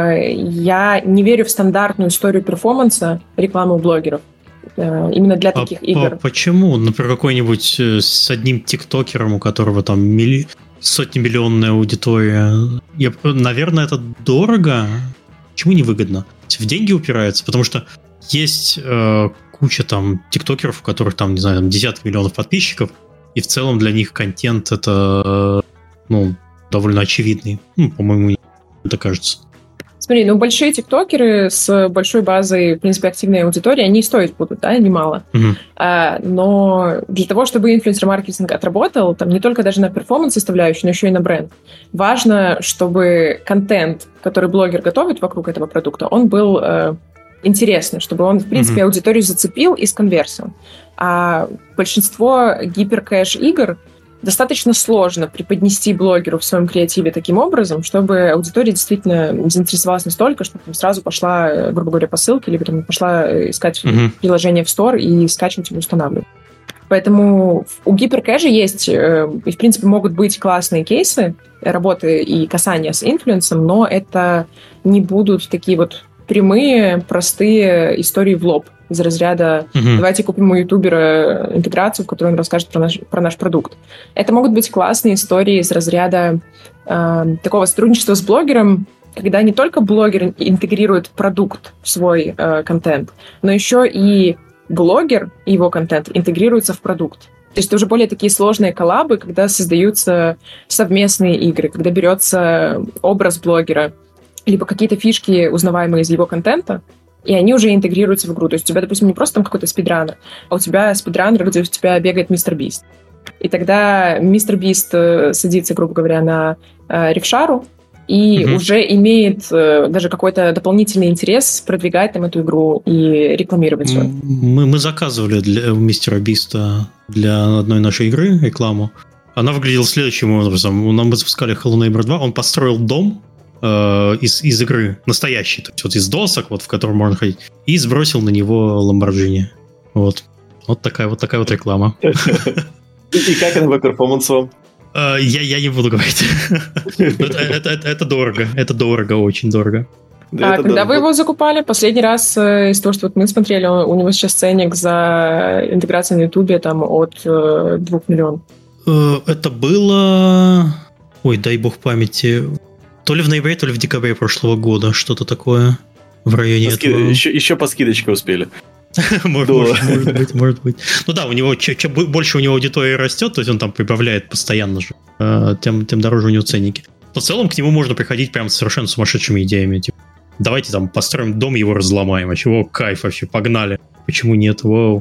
я не верю в стандартную историю перформанса рекламы у блогеров. Именно для таких а игр. Почему? Например, какой-нибудь с одним тиктокером, у которого там милли... сотнемиллионная аудитория. Я... Наверное, это дорого. Почему невыгодно? В деньги упирается, потому что есть э, куча там тиктокеров, у которых там, не знаю, там десятки миллионов подписчиков, и в целом для них контент это ну, довольно очевидный. Ну, по-моему, это кажется. Смотри, ну большие тиктокеры с большой базой, в принципе, активной аудитории, они стоить будут, да, немало. Uh-huh. А, но для того, чтобы инфлюенсер-маркетинг отработал, там не только даже на перформанс-составляющую, но еще и на бренд, важно, чтобы контент, который блогер готовит вокруг этого продукта, он был э, интересный, чтобы он, в принципе, uh-huh. аудиторию зацепил и сконверсил. А большинство гиперкэш-игр достаточно сложно преподнести блогеру в своем креативе таким образом, чтобы аудитория действительно заинтересовалась настолько, что там сразу пошла, грубо говоря, по ссылке, либо там пошла искать uh-huh. приложение в Store и скачивать и устанавливать. Поэтому у гиперкэша есть, и в принципе могут быть классные кейсы работы и касания с инфлюенсом, но это не будут такие вот прямые, простые истории в лоб из разряда uh-huh. «давайте купим у ютубера интеграцию, в которой он расскажет про наш, про наш продукт». Это могут быть классные истории из разряда э, такого сотрудничества с блогером, когда не только блогер интегрирует продукт в свой э, контент, но еще и блогер и его контент интегрируются в продукт. То есть это уже более такие сложные коллабы, когда создаются совместные игры, когда берется образ блогера, либо какие-то фишки, узнаваемые из его контента, и они уже интегрируются в игру. То есть у тебя, допустим, не просто там какой-то спидранер, а у тебя спидранер, где у тебя бегает мистер Бист. И тогда мистер Бист садится, грубо говоря, на э, рефшару и угу. уже имеет э, даже какой-то дополнительный интерес продвигать там эту игру и рекламировать ее. Мы, мы заказывали для мистера Биста для одной нашей игры рекламу. Она выглядела следующим образом. Нам мы запускали Hello Neighbor два, он построил дом, Из, из игры настоящий, то есть вот из досок, вот, в котором можно ходить, и сбросил на него Lamborghini. Вот. Вот такая вот такая вот реклама. И как она по перформансу? Я, я не буду говорить. это, это, это, это дорого. Это дорого, очень дорого. Да, а когда вы его закупали? Последний раз из того, что вот мы смотрели, у него сейчас ценник за интеграцию на Ютубе там от двух миллионов. Это было... Ой, дай бог памяти... То ли в ноябре, то ли в декабре прошлого года. Что-то такое в районе ски... этого. Еще, еще по скидочке успели. может, может, может быть, может быть. Ну да, у него чем больше у него аудитория растет, то есть он там прибавляет постоянно же, тем, тем дороже у него ценники. Но в целом к нему можно приходить прям с совершенно сумасшедшими идеями. Типа, давайте там построим дом, его разломаем. А чего? Кайф вообще, погнали. Почему нет? Вау.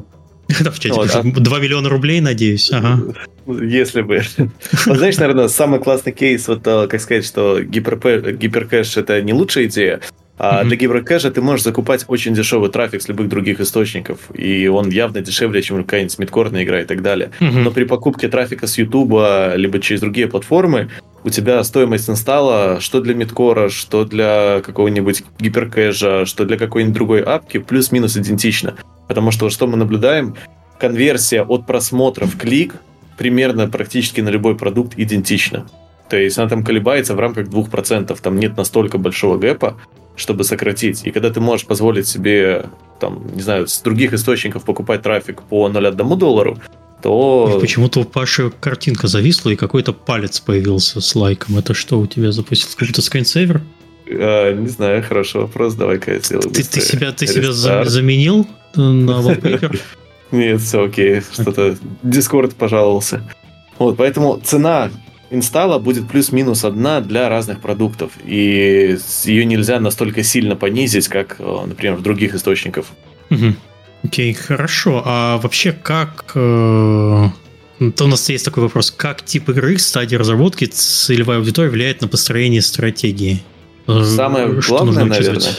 Это в чате вот, пишут, а... два миллиона рублей, надеюсь. Ага. Если бы. Вот знаешь, наверное, самый классный кейс, вот как сказать, что гиперкэш — это не лучшая идея, а mm-hmm. для гиперкэша ты можешь закупать очень дешевый трафик с любых других источников, и он явно дешевле, чем какая-нибудь мидкорная игра и так далее. Mm-hmm. Но при покупке трафика с Ютуба, либо через другие платформы, у тебя стоимость инсталла, что для мидкора, что для какого-нибудь гиперкэша, что для какой-нибудь другой апки, плюс-минус идентично. Потому что, что мы наблюдаем, конверсия от просмотра в клик примерно практически на любой продукт идентична. То есть она там колебается в рамках двух процентов, там нет настолько большого гэпа, чтобы сократить. И когда ты можешь позволить себе, там, не знаю, с других источников покупать трафик по ноль целых одному доллару, то... Почему-то у Паши картинка зависла, и какой-то палец появился с лайком. Это что у тебя запустился? Какой-то скринсейвер? А, не знаю, хороший вопрос. Давай-ка я сделаю Ты, ты себя, ты себя заменил на wallpaper? Нет, все окей. Что-то Discord пожаловался. Вот, поэтому цена инсталла будет плюс-минус одна для разных продуктов. И ее нельзя настолько сильно понизить, как, например, в других источниках. Угу. Окей, хорошо. А вообще как... Э, то у нас есть такой вопрос. Как тип игры, стадии разработки, целевая аудитория влияет на построение стратегии? Самое что главное, наверное,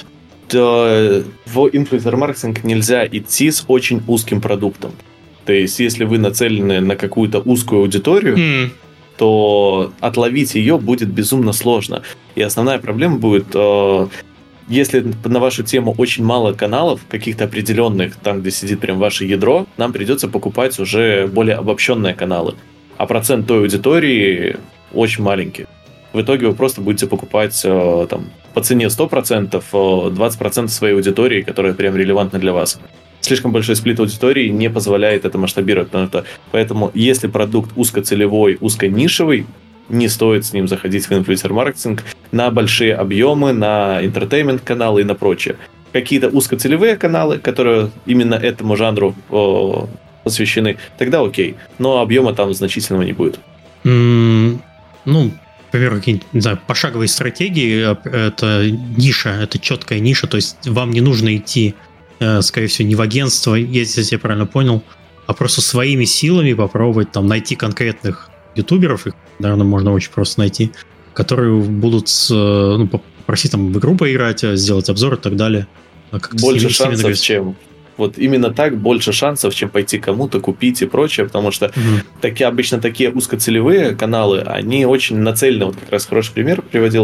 то в инфлюенсер-маркетинг нельзя идти с очень узким продуктом. То есть, если вы нацелены на какую-то узкую аудиторию, mm. то отловить ее будет безумно сложно. И основная проблема будет... Э, Если на вашу тему очень мало каналов, каких-то определенных, там, где сидит прям ваше ядро, нам придется покупать уже более обобщенные каналы. А процент той аудитории очень маленький. В итоге вы просто будете покупать там, по цене сто процентов, двадцать процентов своей аудитории, которая прям релевантна для вас. Слишком большой сплит аудитории не позволяет это масштабировать. Поэтому если продукт узкоцелевой, узконишевый, не стоит с ним заходить в инфлюенсер-маркетинг на большие объемы, на интертеймент-каналы и на прочее. Какие-то узкоцелевые каналы, которые именно этому жанру о, посвящены, тогда окей. Но объема там значительного не будет. Mm, ну, например, какие-нибудь, не знаю, пошаговые стратегии, это ниша, это четкая ниша, то есть вам не нужно идти, скорее всего, не в агентство, если я правильно понял, а просто своими силами попробовать там найти конкретных ютуберов, их, наверное, можно очень просто найти, которые будут ну, попросить там в игру поиграть, сделать обзор и так далее. Больше шансов, чем... Вот именно так больше шансов, чем пойти кому-то купить и прочее, потому что угу. такие, обычно такие узкоцелевые каналы, они очень нацелены, вот как раз хороший пример приводил,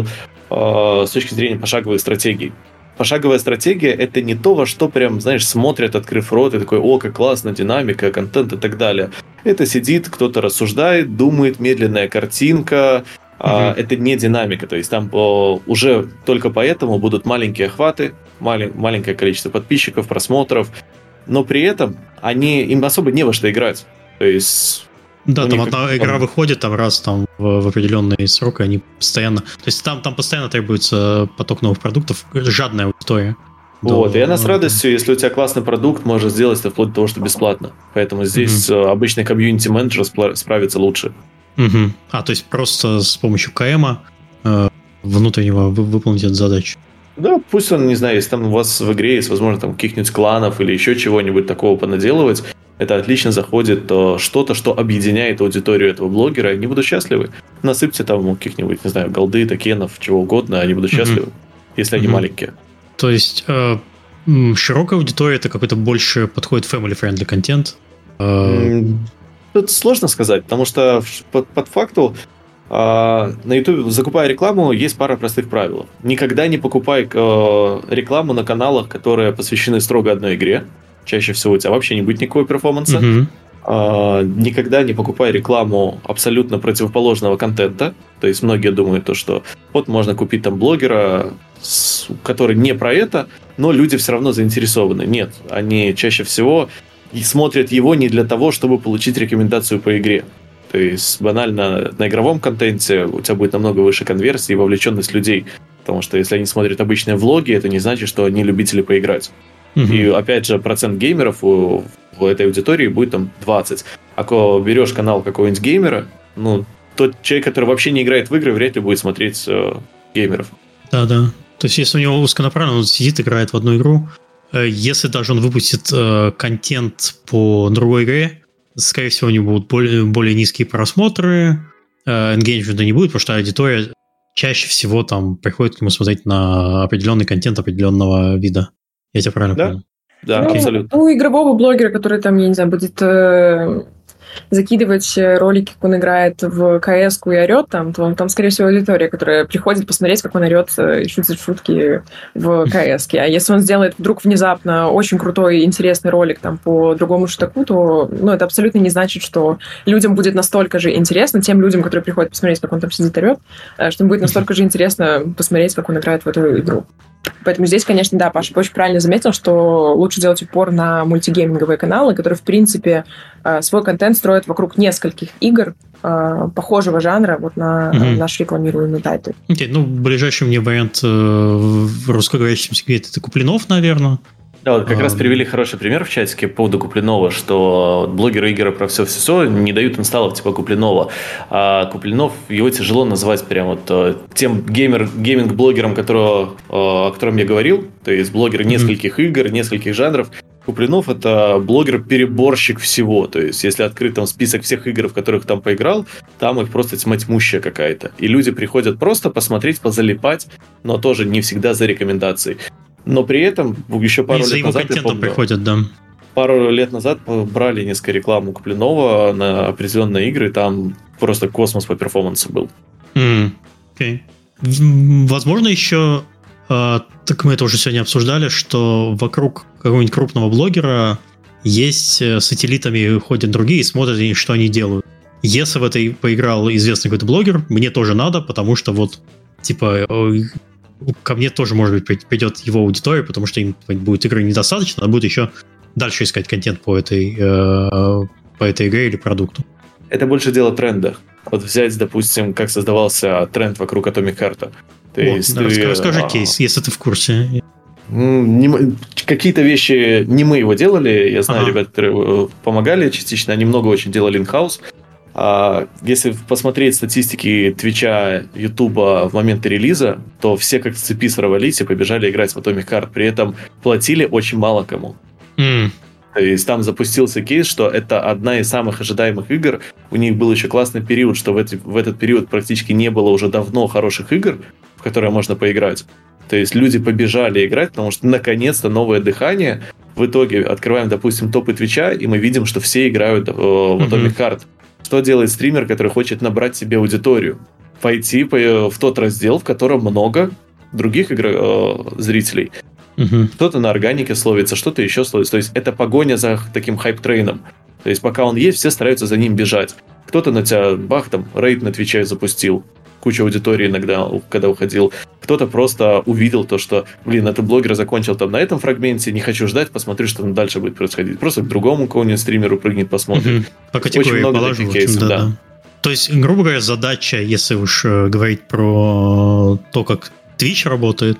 э, с точки зрения пошаговой стратегии. Пошаговая стратегия — это не то, во что прям, знаешь, смотрят, открыв рот, и такой, о, как классно, динамика, контент и так далее. Это сидит, кто-то рассуждает, думает, медленная картинка, mm-hmm. а, это не динамика, то есть там о, уже только поэтому будут маленькие охваты, малень, маленькое количество подписчиков, просмотров, но при этом они, им особо не во что играть, то есть... Да, там одна как... игра выходит там раз там в, в определенный срок, и они постоянно... То есть там, там постоянно требуется поток новых продуктов, жадная аудитория. Вот, до... и она с радостью, если у тебя классный продукт, может сделать это вплоть до того, что бесплатно. Поэтому здесь mm-hmm. обычный комьюнити-менеджер справится лучше. Mm-hmm. А, то есть просто с помощью КМа э, внутреннего вы, выполнить эту задачу. Да, пусть он, не знаю, если там у вас в игре есть, возможно, там каких-нибудь кланов или еще чего-нибудь такого понаделывать, это отлично заходит то, что-то, что объединяет аудиторию этого блогера, и они будут счастливы. Насыпьте там каких-нибудь, не знаю, голды, токенов, чего угодно, они будут счастливы, mm-hmm. если они mm-hmm. маленькие. То есть э, широкая аудитория — это какой-то больше подходит family-friendly контент? Э... Тут сложно сказать, потому что под, под факту э, на YouTube, закупая рекламу, есть пара простых правил. Никогда не покупай э, рекламу на каналах, которые посвящены строго одной игре. Чаще всего у тебя вообще не будет никакого перформанса. Uh-huh. А, никогда не покупай рекламу абсолютно противоположного контента. То есть многие думают, то, что вот можно купить там блогера, с, который не про это, но люди все равно заинтересованы. Нет, они чаще всего и смотрят его не для того, чтобы получить рекомендацию по игре. То есть банально на игровом контенте у тебя будет намного выше конверсии и вовлеченность людей. Потому что если они смотрят обычные влоги, это не значит, что они любители поиграть. Uh-huh. И опять же, процент геймеров у, у этой аудитории будет там двадцать. А когда берешь канал какого-нибудь геймера, ну, тот человек, который вообще не играет в игры, вряд ли будет смотреть э, геймеров. Да-да. То есть, если у него узконаправленно, он сидит, играет в одну игру, если даже он выпустит э, контент по другой игре, скорее всего, у него будут более, более низкие просмотры, engagement не будет, потому что аудитория чаще всего там приходит к нему смотреть на определенный контент определенного вида. Я тебя правильно да? понял? Да, ну, абсолютно. У игрового блогера, который там, я не знаю, будет э, закидывать ролики, как он играет в КС-ку и орет там, то там, скорее всего, аудитория, которая приходит посмотреть, как он орет и шутит шутки в КС-ке. А если он сделает вдруг внезапно очень крутой и интересный ролик там по другому шутаку, то ну, это абсолютно не значит, что людям будет настолько же интересно, тем людям, которые приходят посмотреть, как он там сидит орет, что им будет настолько же интересно посмотреть, как он играет в эту игру. Поэтому здесь, конечно, да, Паша очень правильно заметил, что лучше делать упор на мультигейминговые каналы, которые, в принципе, свой контент строят вокруг нескольких игр похожего жанра вот на mm-hmm. наш рекламируемый тайтл. Okay, ну, ближайший мне вариант в русскоговорящем сегменте — это Куплинов, наверное. Да, вот как а, раз привели хороший пример в чатике по поводу Куплинова, что блогеры игры про все-все-все не дают инсталлов типа Куплинова. А Куплинов, его тяжело назвать прям вот тем геймер, гейминг-блогером, которого, о котором я говорил, то есть блогер нескольких mm-hmm. игр, нескольких жанров. Куплинов — это блогер-переборщик всего. То есть, если открыть там список всех игр, в которых там поиграл, там их просто тьма тьмущая какая-то. И люди приходят просто посмотреть, позалипать, но тоже не всегда за рекомендацией. Но при этом еще пару лет назад, я помню, приходят, да. пару лет назад брали несколько рекламу Куплинова на определенные игры, там просто космос по перформансу был. Mm, okay. Возможно, еще, э, так мы это уже сегодня обсуждали, что вокруг какого-нибудь крупного блогера есть сателлитами ходят другие и смотрят, что они делают. Если в это поиграл известный какой-то блогер, мне тоже надо, потому что вот, типа... ко мне тоже, может быть, придет его аудитория, потому что им будет игры недостаточно, а будет еще дальше искать контент по этой, э, по этой игре или продукту. Это больше дело тренда. Вот взять, допустим, как создавался тренд вокруг Atomic Heart. То О, есть да, ты, расскажи а, кейс, если ты в курсе. Не, какие-то вещи не мы его делали, я знаю, ага. ребят, которые помогали частично, они много очень делали in-house. А если посмотреть статистики Твича, Ютуба в моменты релиза, то все как с цепи сорвались и побежали играть в Atomic Heart. При этом платили очень мало кому. Mm. То есть там запустился кейс, что это одна из самых ожидаемых игр. У них был еще классный период, что в, эти, в этот период практически не было уже давно хороших игр, в которые можно поиграть. То есть люди побежали играть, потому что наконец-то новое дыхание. В итоге открываем, допустим, топы Твича, и мы видим, что все играют в Atomic Heart. Что делает стример, который хочет набрать себе аудиторию? Пойти в тот раздел, в котором много других игр, э, зрителей. Uh-huh. Кто-то на органике словится, что-то еще словится. То есть это погоня за таким хайп-трейном. То есть пока он есть, все стараются за ним бежать. Кто-то на тебя, бах, там, рейд на Твиче запустил. Куча аудитории иногда, когда уходил. Кто-то просто увидел то, что, блин, этот блогер закончил там на этом фрагменте, не хочу ждать, посмотрю, что там дальше будет происходить. Просто к другому какому-нибудь стримеру прыгнет, посмотрит. Угу. По категории очень много положу, таких кейсов, да, да. да. То есть, грубо говоря, задача, если уж говорить про то, как Twitch работает,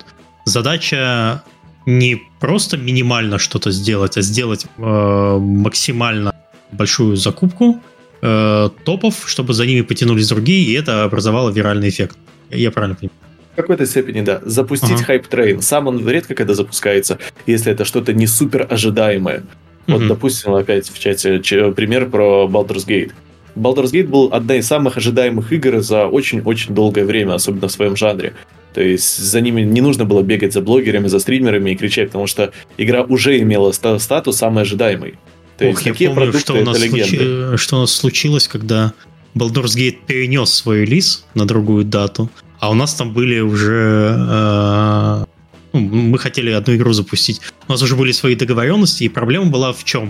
задача не просто минимально что-то сделать, а сделать э, максимально большую закупку э, топов, чтобы за ними потянулись другие, и это образовало виральный эффект. Я правильно понимаю? В какой-то степени, да. Запустить ага. хайп-трейн. Сам он редко когда запускается, если это что-то не супер ожидаемое. Вот, угу. допустим, опять в чате ч- пример про Baldur's Gate. Baldur's Gate был одна из самых ожидаемых игр за очень-очень долгое время, особенно в своем жанре. То есть за ними не нужно было бегать за блогерами, за стримерами и кричать, потому что игра уже имела ста- статус самый ожидаемый. То Ох, есть я такие помню, продукты что у, нас это легенды. Случи... что у нас случилось, когда Baldur's Gate перенес свой релиз на другую дату, а у нас там были уже... Э... Ну, мы хотели одну игру запустить. У нас уже были свои договоренности, и проблема была в чем?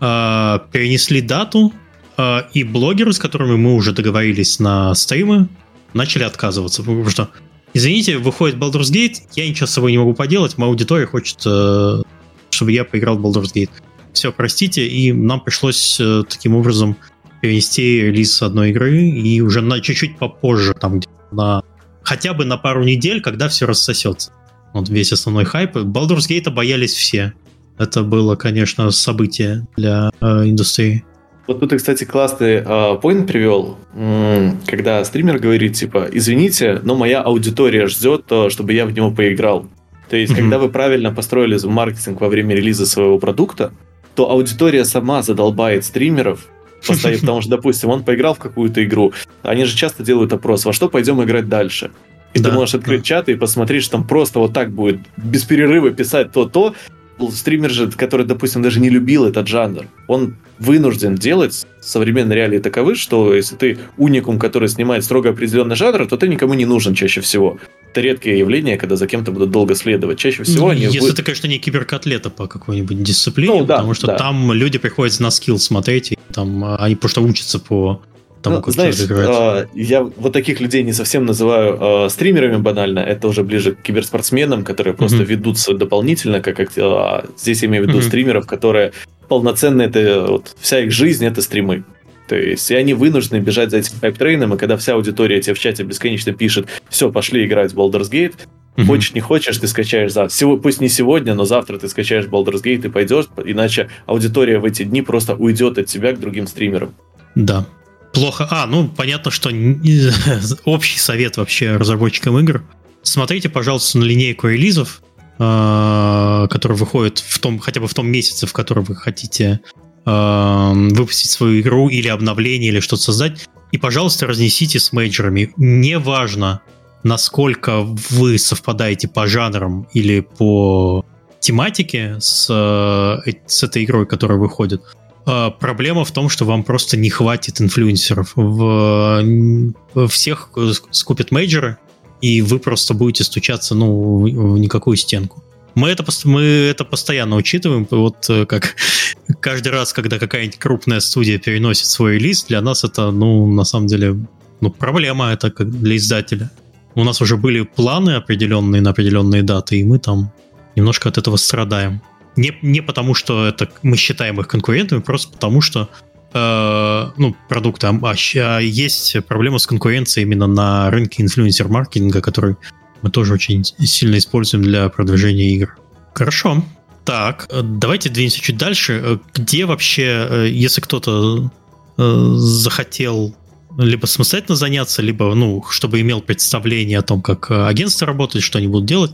Э, перенесли дату, э, и блогеры, с которыми мы уже договорились на стримы, начали отказываться. Потому что, извините, выходит Baldur's Gate, я ничего с собой не могу поделать, моя аудитория хочет, э, чтобы я поиграл в Baldur's Gate. Все, простите, и нам пришлось э, таким образом перенести релиз одной игры, и уже на чуть-чуть попозже, там где на хотя бы на пару недель, когда все рассосется. Вот весь основной хайп. Baldur's Gate боялись все. Это было, конечно, событие для э, индустрии. Вот тут ты, кстати, классный поинт э, привел, м-м, когда стример говорит, типа, извините, но моя аудитория ждет, чтобы я в него поиграл. То есть, Mm-hmm. когда вы правильно построили маркетинг во время релиза своего продукта, то аудитория сама задолбает стримеров, поставив, потому что, допустим, он поиграл в какую-то игру, они же часто делают опрос, во что пойдем играть дальше? И да, ты можешь открыть да. чаты и посмотреть, что там просто вот так будет без перерыва писать то-то. Стример же, который, допустим, даже не любил этот жанр, он вынужден делать современные реалии таковы, что если ты уникум, который снимает строго определенный жанр, то ты никому не нужен чаще всего. Это редкое явление, когда за кем-то будут долго следовать. Чаще всего ну, они... Если ты, конечно, не киберкотлета по какой-нибудь дисциплине, ну, да, потому что да. там люди приходят на скилл смотреть, и там они просто учатся по... Тому, ну, знаешь, э, я вот таких людей не совсем называю э, стримерами банально, это уже ближе к киберспортсменам, которые просто mm-hmm. ведутся дополнительно, как, как э, здесь я имею в виду mm-hmm. стримеров, которые полноценно, это вот, вся их жизнь это стримы. То есть, и они вынуждены бежать за этим хайп-трейном, и когда вся аудитория тебе в чате бесконечно пишет, все, пошли играть в Baldur's Gate, mm-hmm. хочешь, не хочешь, ты скачаешь завтра. Сего, пусть не сегодня, но завтра ты скачаешь Baldur's Gate и пойдешь, иначе аудитория в эти дни просто уйдет от тебя к другим стримерам. Да. Плохо. А, ну, понятно, что общий совет вообще разработчикам игр. Смотрите, пожалуйста, на линейку релизов, которые выходят в том, хотя бы в том месяце, в котором вы хотите выпустить свою игру или обновление, или что-то создать. И, пожалуйста, разнесите с мейджорами. Неважно, насколько вы совпадаете по жанрам или по тематике с, с этой игрой, которая выходит. Проблема в том, что вам просто не хватит инфлюенсеров. В... Всех скупят мейджоры, и вы просто будете стучаться ну, в никакую стенку. Мы это, мы это постоянно учитываем. Вот как каждый раз, когда какая-нибудь крупная студия переносит свой релиз, для нас это, ну, на самом деле, ну, проблема это как для издателя. У нас уже были планы определенные на определенные даты, и мы там немножко от этого страдаем. Не, не потому, что это мы считаем их конкурентами, просто потому, что э, ну, продукты, а, а есть проблема с конкуренцией именно на рынке инфлюенсер-маркетинга, который мы тоже очень сильно используем для продвижения игр. Хорошо. Так, давайте двинемся чуть дальше. Где вообще, если кто-то э, захотел либо самостоятельно заняться, либо, ну, чтобы имел представление о том, как агентство работает, что они будут делать,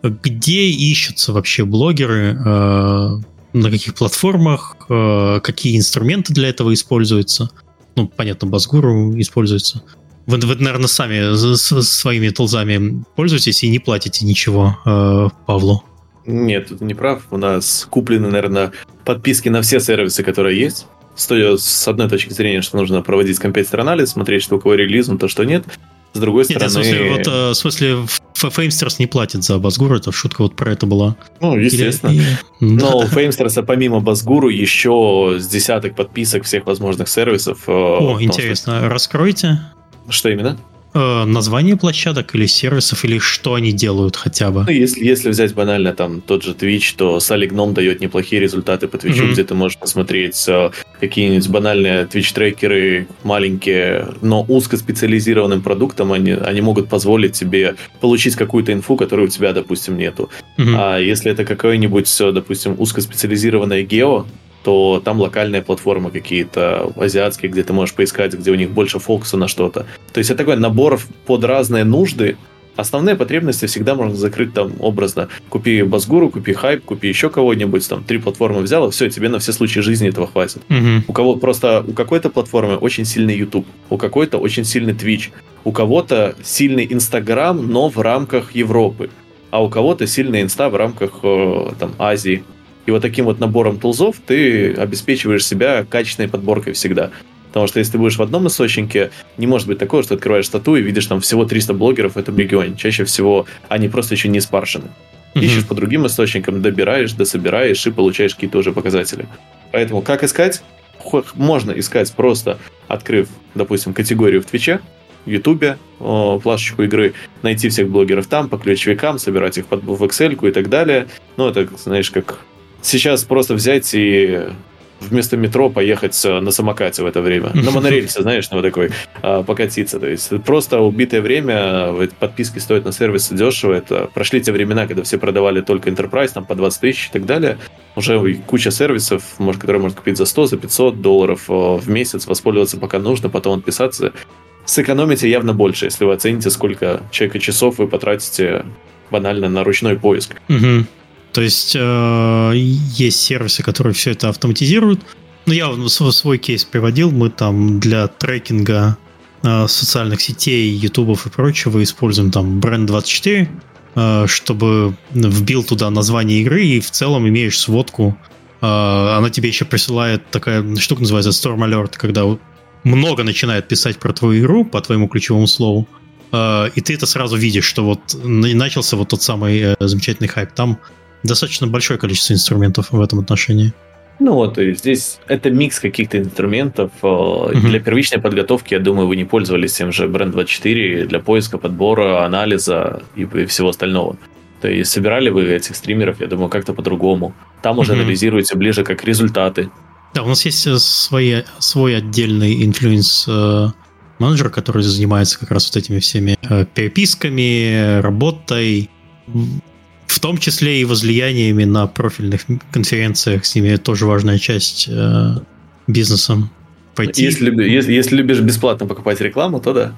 где ищутся вообще блогеры, э, на каких платформах, э, какие инструменты для этого используются? Ну, понятно, Басгуру используется. Вы, вы наверное, сами с, своими тулзами пользуетесь и не платите ничего э, Павлу. Нет, ты не прав. У нас куплены, наверное, подписки на все сервисы, которые есть. Стоя с одной точки зрения, что нужно проводить компьютер-анализ, смотреть, что у кого релизом, то что нет. С другой Нет, стороны... в смысле, вот, в смысле, Famesters не платит за Басгуру, это шутка вот про это была. Ну, естественно. Или... Но у Famesters помимо Басгуру еще с десяток подписок всех возможных сервисов. О, интересно. Что... Раскройте. Что именно? Э, название площадок или сервисов, или что они делают хотя бы? Ну, если, если взять банально там тот же Twitch, то Solid дает неплохие результаты по Twitch, mm-hmm. где ты можешь посмотреть э, какие-нибудь банальные Twitch-трекеры, маленькие, но узкоспециализированным продуктом, они, они могут позволить тебе получить какую-то инфу, которую у тебя, допустим, нету. Mm-hmm. А если это какое-нибудь, допустим, узкоспециализированное гео, то там локальные платформы какие-то азиатские, где ты можешь поискать, где у них больше фокуса на что-то. То есть это такой набор под разные нужды. Основные потребности всегда можно закрыть там образно. Купи Басгуру, купи Хайп, купи еще кого-нибудь, там три платформы взял, и все, тебе на все случаи жизни этого хватит. Mm-hmm. У кого просто у какой-то платформы очень сильный YouTube, у какой-то очень сильный Twitch, у кого-то сильный Instagram, но в рамках Европы, а у кого-то сильный Инста в рамках там Азии. И вот таким вот набором тулзов ты обеспечиваешь себя качественной подборкой всегда. Потому что если ты будешь в одном источнике, не может быть такого, что ты открываешь стату и видишь там всего триста блогеров в этом регионе. Чаще всего они просто еще не спаршены. Mm-hmm. Ищешь по другим источникам, добираешь, дособираешь и получаешь какие-то уже показатели. Поэтому как искать? Можно искать просто открыв, допустим, категорию в Твиче, в Ютубе, плашечку игры, найти всех блогеров там, по ключевикам, собирать их в Excel-ку и так далее. Ну, это, знаешь, как... Сейчас просто взять и вместо метро поехать на самокате в это время. На монорельсе, знаешь, на вот такой покатиться. То есть просто убитое время, подписки стоят на сервисы дешево. Это прошли те времена, когда все продавали только Enterprise, там по двадцать тысяч и так далее. Уже куча сервисов, которые можно купить за сто, за пятьсот долларов в месяц, воспользоваться пока нужно, потом отписаться. Сэкономите явно больше, если вы оцените, сколько человека часов вы потратите банально на ручной поиск. Угу. То есть э, есть сервисы, которые все это автоматизируют. Ну, я свой кейс приводил. Мы там для трекинга э, социальных сетей, ютубов и прочего используем там бренд двадцать четыре, э, чтобы вбил туда название игры и в целом имеешь сводку. Э, она тебе еще присылает такая штука, называется Storm Alert, когда много начинает писать про твою игру по твоему ключевому слову. Э, и ты это сразу видишь, что вот начался вот тот самый э, замечательный хайп. Там достаточно большое количество инструментов в этом отношении. Ну вот, и здесь это микс каких-то инструментов. Uh-huh. Для первичной подготовки, я думаю, вы не пользовались тем же бренд двадцать четыре для поиска, подбора, анализа и всего остального. То есть собирали вы этих стримеров, я думаю, как-то по-другому. Там уже uh-huh. анализируете ближе как результаты. Да, у нас есть свои, свой отдельный инфлюенс-менеджер, который занимается как раз вот этими всеми переписками, работой, в том числе и возлияниями на профильных конференциях. С ними тоже важная часть э, бизнеса. Пойти. Если, если, если любишь бесплатно покупать рекламу, то да.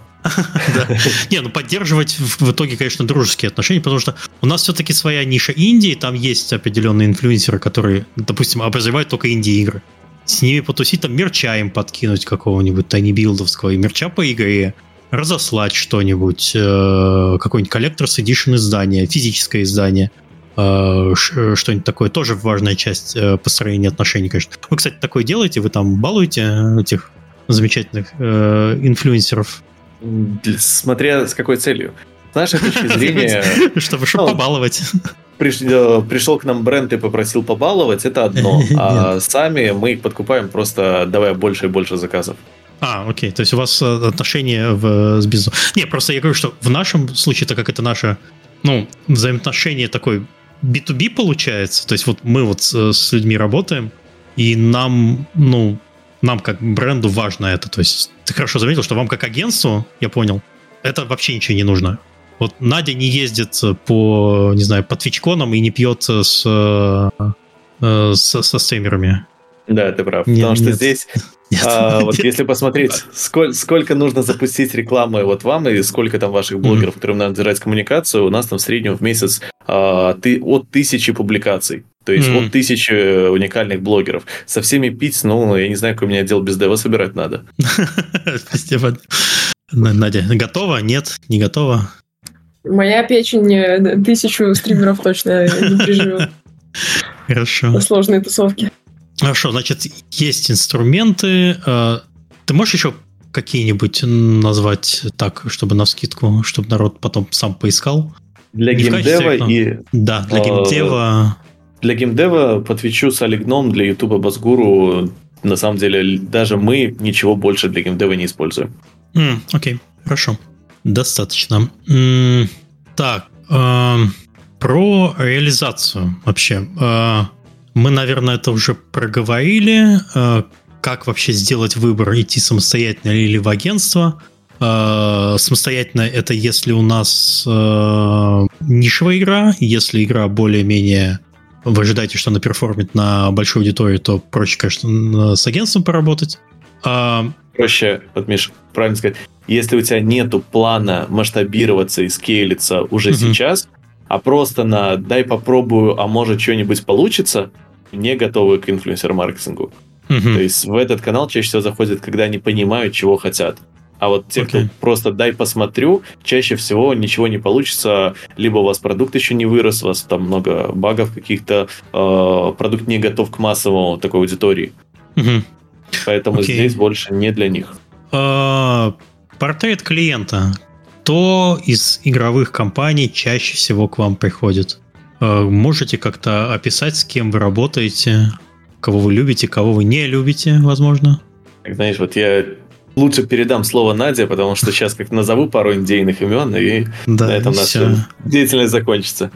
Не, ну поддерживать в итоге, конечно, дружеские отношения, потому что у нас все-таки своя ниша Индии, там есть определенные инфлюенсеры, которые, допустим, обозревают только инди-игры. С ними потусить, там мерча им подкинуть какого-нибудь тайнибилдовского, и мерча по игре, разослать что-нибудь, э, какой-нибудь Collector's Edition издание, физическое издание, э, что-нибудь такое, тоже важная часть э, построения отношений, конечно. Вы, кстати, такое делаете? Вы там балуете этих замечательных э, инфлюенсеров? Смотря с какой целью. С нашей точки зрения... Чтобы что побаловать. Пришел к нам бренд и попросил побаловать, это одно. А сами мы их подкупаем, просто давая больше и больше заказов. А, окей, то есть у вас отношения в, с бизнесом. Не, просто я говорю, что в нашем случае, так как это наше, ну, взаимоотношение такой би ту би получается, то есть вот мы вот с, с людьми работаем, и нам, ну, нам как бренду важно это. То есть ты хорошо заметил, что вам как агентству, я понял, это вообще ничего не нужно. Вот Надя не ездит по, не знаю, по твичконам и не пьет с, со, со стримерами. Да, ты прав. Нет, потому что нет. здесь, нет, а, вот нет. если посмотреть, сколь, сколько нужно запустить рекламы вот вам и сколько там ваших блогеров, mm-hmm. которым надо держать коммуникацию, у нас там в среднем в месяц а, ты, от тысячи публикаций. То есть mm-hmm. от тысячи уникальных блогеров. Со всеми пить, ну, я не знаю, какой у меня отдел без дева собирать надо. Надя, готова? Нет? Не готова? Моя печень тысячу стримеров точно не переживет. Хорошо. Сложные тусовки. Хорошо, значит, есть инструменты. Ты можешь еще какие-нибудь назвать так, чтобы навскидку, чтобы народ потом сам поискал? Для геймдева и... Да, для геймдева... Для геймдева по Твичу с Олегном, для Ютуба Басгуру, на самом деле, даже мы ничего больше для геймдева не используем. Mm, окей, хорошо. Достаточно. Mm, так, э, про реализацию вообще. Э, мы, наверное, это уже проговорили. Э, как вообще сделать выбор, идти самостоятельно или в агентство. Э, самостоятельно это если у нас э, нишевая игра, если игра более-менее... Вы ожидаете, что она перформит на большую аудиторию, то проще, конечно, с агентством поработать. А... Проще, вот, Миш, правильно сказать, если у тебя нету плана масштабироваться и скейлиться уже uh-huh. сейчас, а просто на «дай попробую, а может что-нибудь получится», не готовы к инфлюенсер-маркетингу. Uh-huh. То есть в этот канал чаще всего заходят, когда они понимают, чего хотят. А вот те, okay. кто просто «дай посмотрю», чаще всего ничего не получится. Либо у вас продукт еще не вырос, у вас там много багов каких-то, э, продукт не готов к массовому такой аудитории. Uh-huh. Поэтому okay. здесь больше не для них. Uh, портрет клиента. Кто из игровых компаний чаще всего к вам приходит? Uh, можете как-то описать, с кем вы работаете, кого вы любите, кого вы не любите, возможно? Знаешь, вот я... Лучше передам слово Наде, потому что сейчас как назову пару индейных имен, и да, на этом наша деятельность закончится.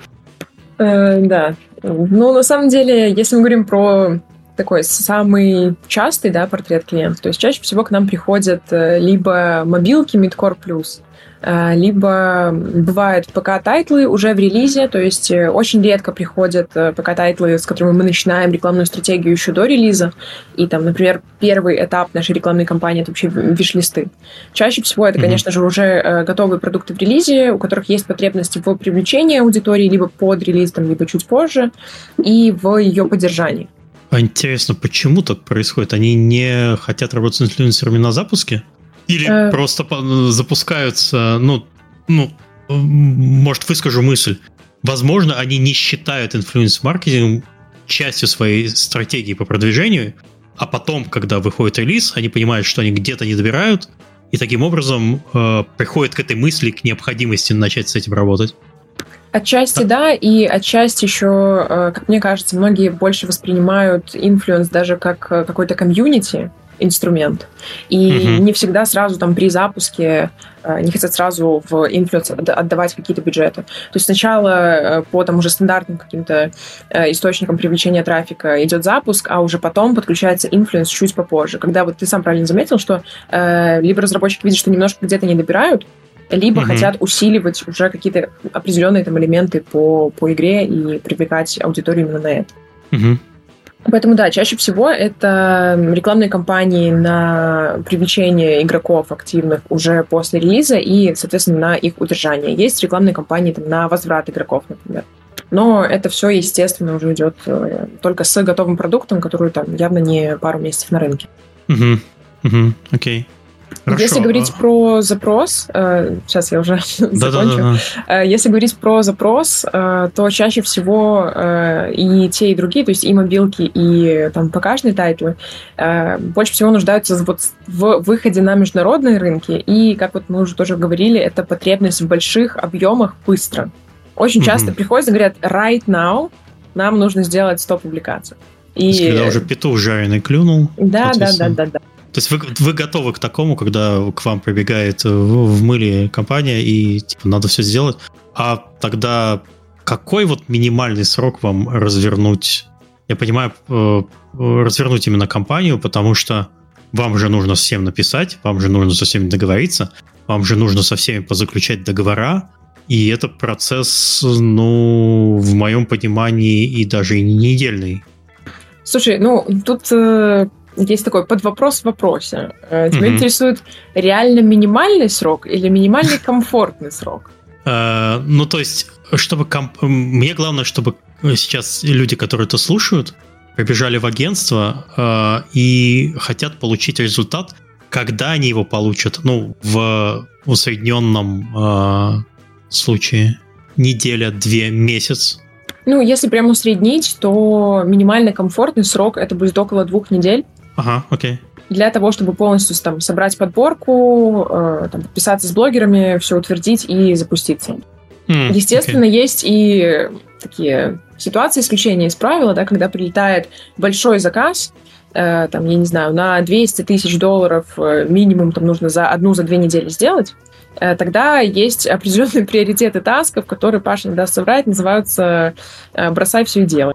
Э, да. Ну, на самом деле, если мы говорим про такой самый частый, да, портрет клиента, то есть чаще всего к нам приходят либо мобилки Midcore Plus, либо бывают пи кей-тайтлы уже в релизе, то есть очень редко приходят пи кей-тайтлы, с которыми мы начинаем рекламную стратегию еще до релиза, и там, например, первый этап нашей рекламной кампании — это вообще виш-листы. Чаще всего это, конечно же, уже готовые продукты в релизе, у которых есть потребности в привлечении аудитории либо под релиз, там, либо чуть позже, и в ее поддержании. А интересно, почему так происходит? Они не хотят работать с инфлюенсерами на запуске? Или э... просто запускаются, ну, ну, может, выскажу мысль. Возможно, они не считают инфлюенс-маркетинг частью своей стратегии по продвижению, а потом, когда выходит релиз, они понимают, что они где-то не добирают, и таким образом э, приходят к этой мысли, к необходимости начать с этим работать. Отчасти да, и отчасти еще, как мне кажется, многие больше воспринимают инфлюенс даже как какой-то комьюнити инструмент, и угу. не всегда сразу там при запуске не хотят сразу в инфлюенс отдавать какие-то бюджеты. То есть сначала по там уже стандартным каким-то источникам привлечения трафика идет запуск, а уже потом подключается инфлюенс чуть попозже. Когда вот ты сам правильно заметил, что э, либо разработчики видят, что немножко где-то не добирают, либо mm-hmm. хотят усиливать уже какие-то определенные там элементы по, по игре и привлекать аудиторию именно на это. Mm-hmm. Поэтому, да, чаще всего это рекламные кампании на привлечение игроков активных уже после релиза и, соответственно, на их удержание. Есть рекламные кампании там, на возврат игроков, например. Но это все, естественно, уже идет только с готовым продуктом, который там явно не пару месяцев на рынке. Угу. Угу. Окей. Хорошо. Если говорить про запрос, э, сейчас я уже да, закончу. Да, да, да. Если говорить про запрос, э, то чаще всего э, и те, и другие, то есть и мобилки, и там ПК-шные тайтлы, э, больше всего нуждаются вот в выходе на международные рынки. И, как вот мы уже тоже говорили, это потребность в больших объемах быстро. Очень mm-hmm. часто приходят и говорят: right now нам нужно сделать сто публикаций. И... Когда уже петух жареный клюнул. Да, да, да, да, да. То есть вы, вы готовы к такому, когда к вам прибегает в, в мыле компания и типа надо все сделать. А тогда какой вот минимальный срок вам развернуть? Я понимаю, э, развернуть именно компанию, потому что вам же нужно всем написать, вам же нужно со всеми договориться, вам же нужно со всеми позаключать договора. И это процесс, ну, в моем понимании, и даже и не недельный. Слушай, ну, тут... Э... Есть такой подвопрос в вопросе. Тебя mm-hmm. интересует реально минимальный срок или минимальный комфортный срок? Uh, ну, то есть, чтобы комп... мне главное, чтобы сейчас люди, которые это слушают, прибежали в агентство uh, и хотят получить результат, когда они его получат. Ну, в усредненном uh, случае неделя, две, месяц. Ну, если прямо усреднить, то минимально комфортный срок это будет около двух недель. Ага, окей. Для того, чтобы полностью там собрать подборку, э, там, подписаться с блогерами, все утвердить и запуститься. Mm, Естественно, okay. есть и такие ситуации, исключения из правила, да, когда прилетает большой заказ, э, там, я не знаю, на двести тысяч долларов э, минимум там нужно за одну, за две недели сделать. Э, тогда есть определенные приоритеты тасков, которые, Паша не даст соврать, называются э, «бросай все и делай».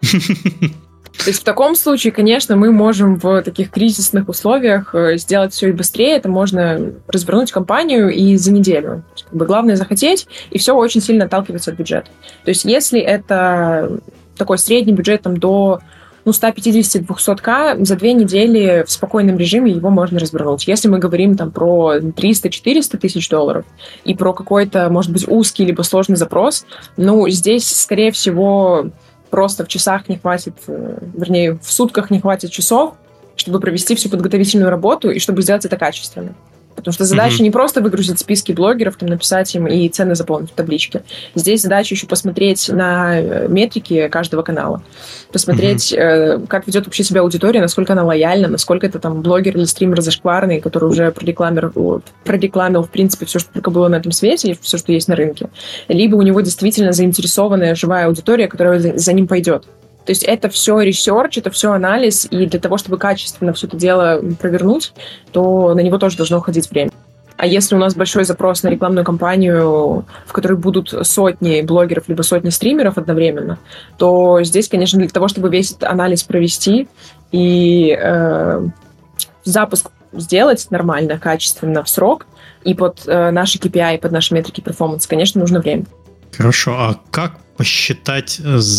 То есть в таком случае, конечно, мы можем в таких кризисных условиях сделать все и быстрее. Это можно развернуть компанию и за неделю. Как бы главное захотеть, и все очень сильно отталкивается от бюджета. То есть если это такой средний бюджет там, до ну, сто пятьдесят - двести тысяч, за две недели в спокойном режиме его можно развернуть. Если мы говорим там, про триста - четыреста тысяч долларов и про какой-то, может быть, узкий либо сложный запрос, ну, здесь, скорее всего... просто в часах не хватит, вернее, в сутках не хватит часов, чтобы провести всю подготовительную работу и чтобы сделать это качественно. Потому что задача mm-hmm. не просто выгрузить списки блогеров, там, написать им и цены заполнить в табличке. Здесь задача еще посмотреть на метрики каждого канала, посмотреть, mm-hmm. э, как ведет вообще себя аудитория, насколько она лояльна, насколько это там блогер или стример зашкварный, который уже прорекламил, прорекламил, в принципе, все, что только было на этом свете, все, что есть на рынке. Либо у него действительно заинтересованная живая аудитория, которая за, за ним пойдет. То есть это все ресерч, это все анализ, и для того, чтобы качественно все это дело провернуть, то на него тоже должно уходить время. А если у нас большой запрос на рекламную кампанию, в которой будут сотни блогеров либо сотни стримеров одновременно, то здесь, конечно, для того, чтобы весь этот анализ провести и э, запуск сделать нормально, качественно, в срок, и под э, наши кей пи ай, под наши метрики перформанса, конечно, нужно время. Хорошо, а как посчитать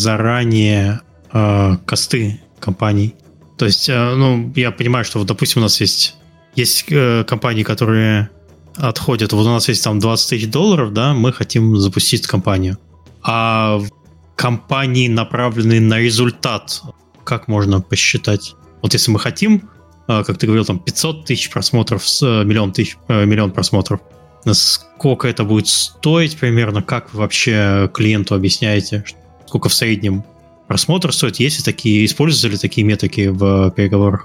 заранее э, косты компаний? То есть, э, ну, я понимаю, что, вот, допустим, у нас есть, есть э, компании, которые отходят, вот у нас есть там двадцать тысяч долларов, да, мы хотим запустить компанию. А компании, направленные на результат, как можно посчитать? Вот если мы хотим, как ты говорил, там пятьсот тысяч просмотров, миллион, тысяч, миллион просмотров, сколько это будет стоить примерно? Как вы вообще клиенту объясняете, сколько в среднем просмотр стоит? Есть ли такие, используются ли такие метрики в переговорах?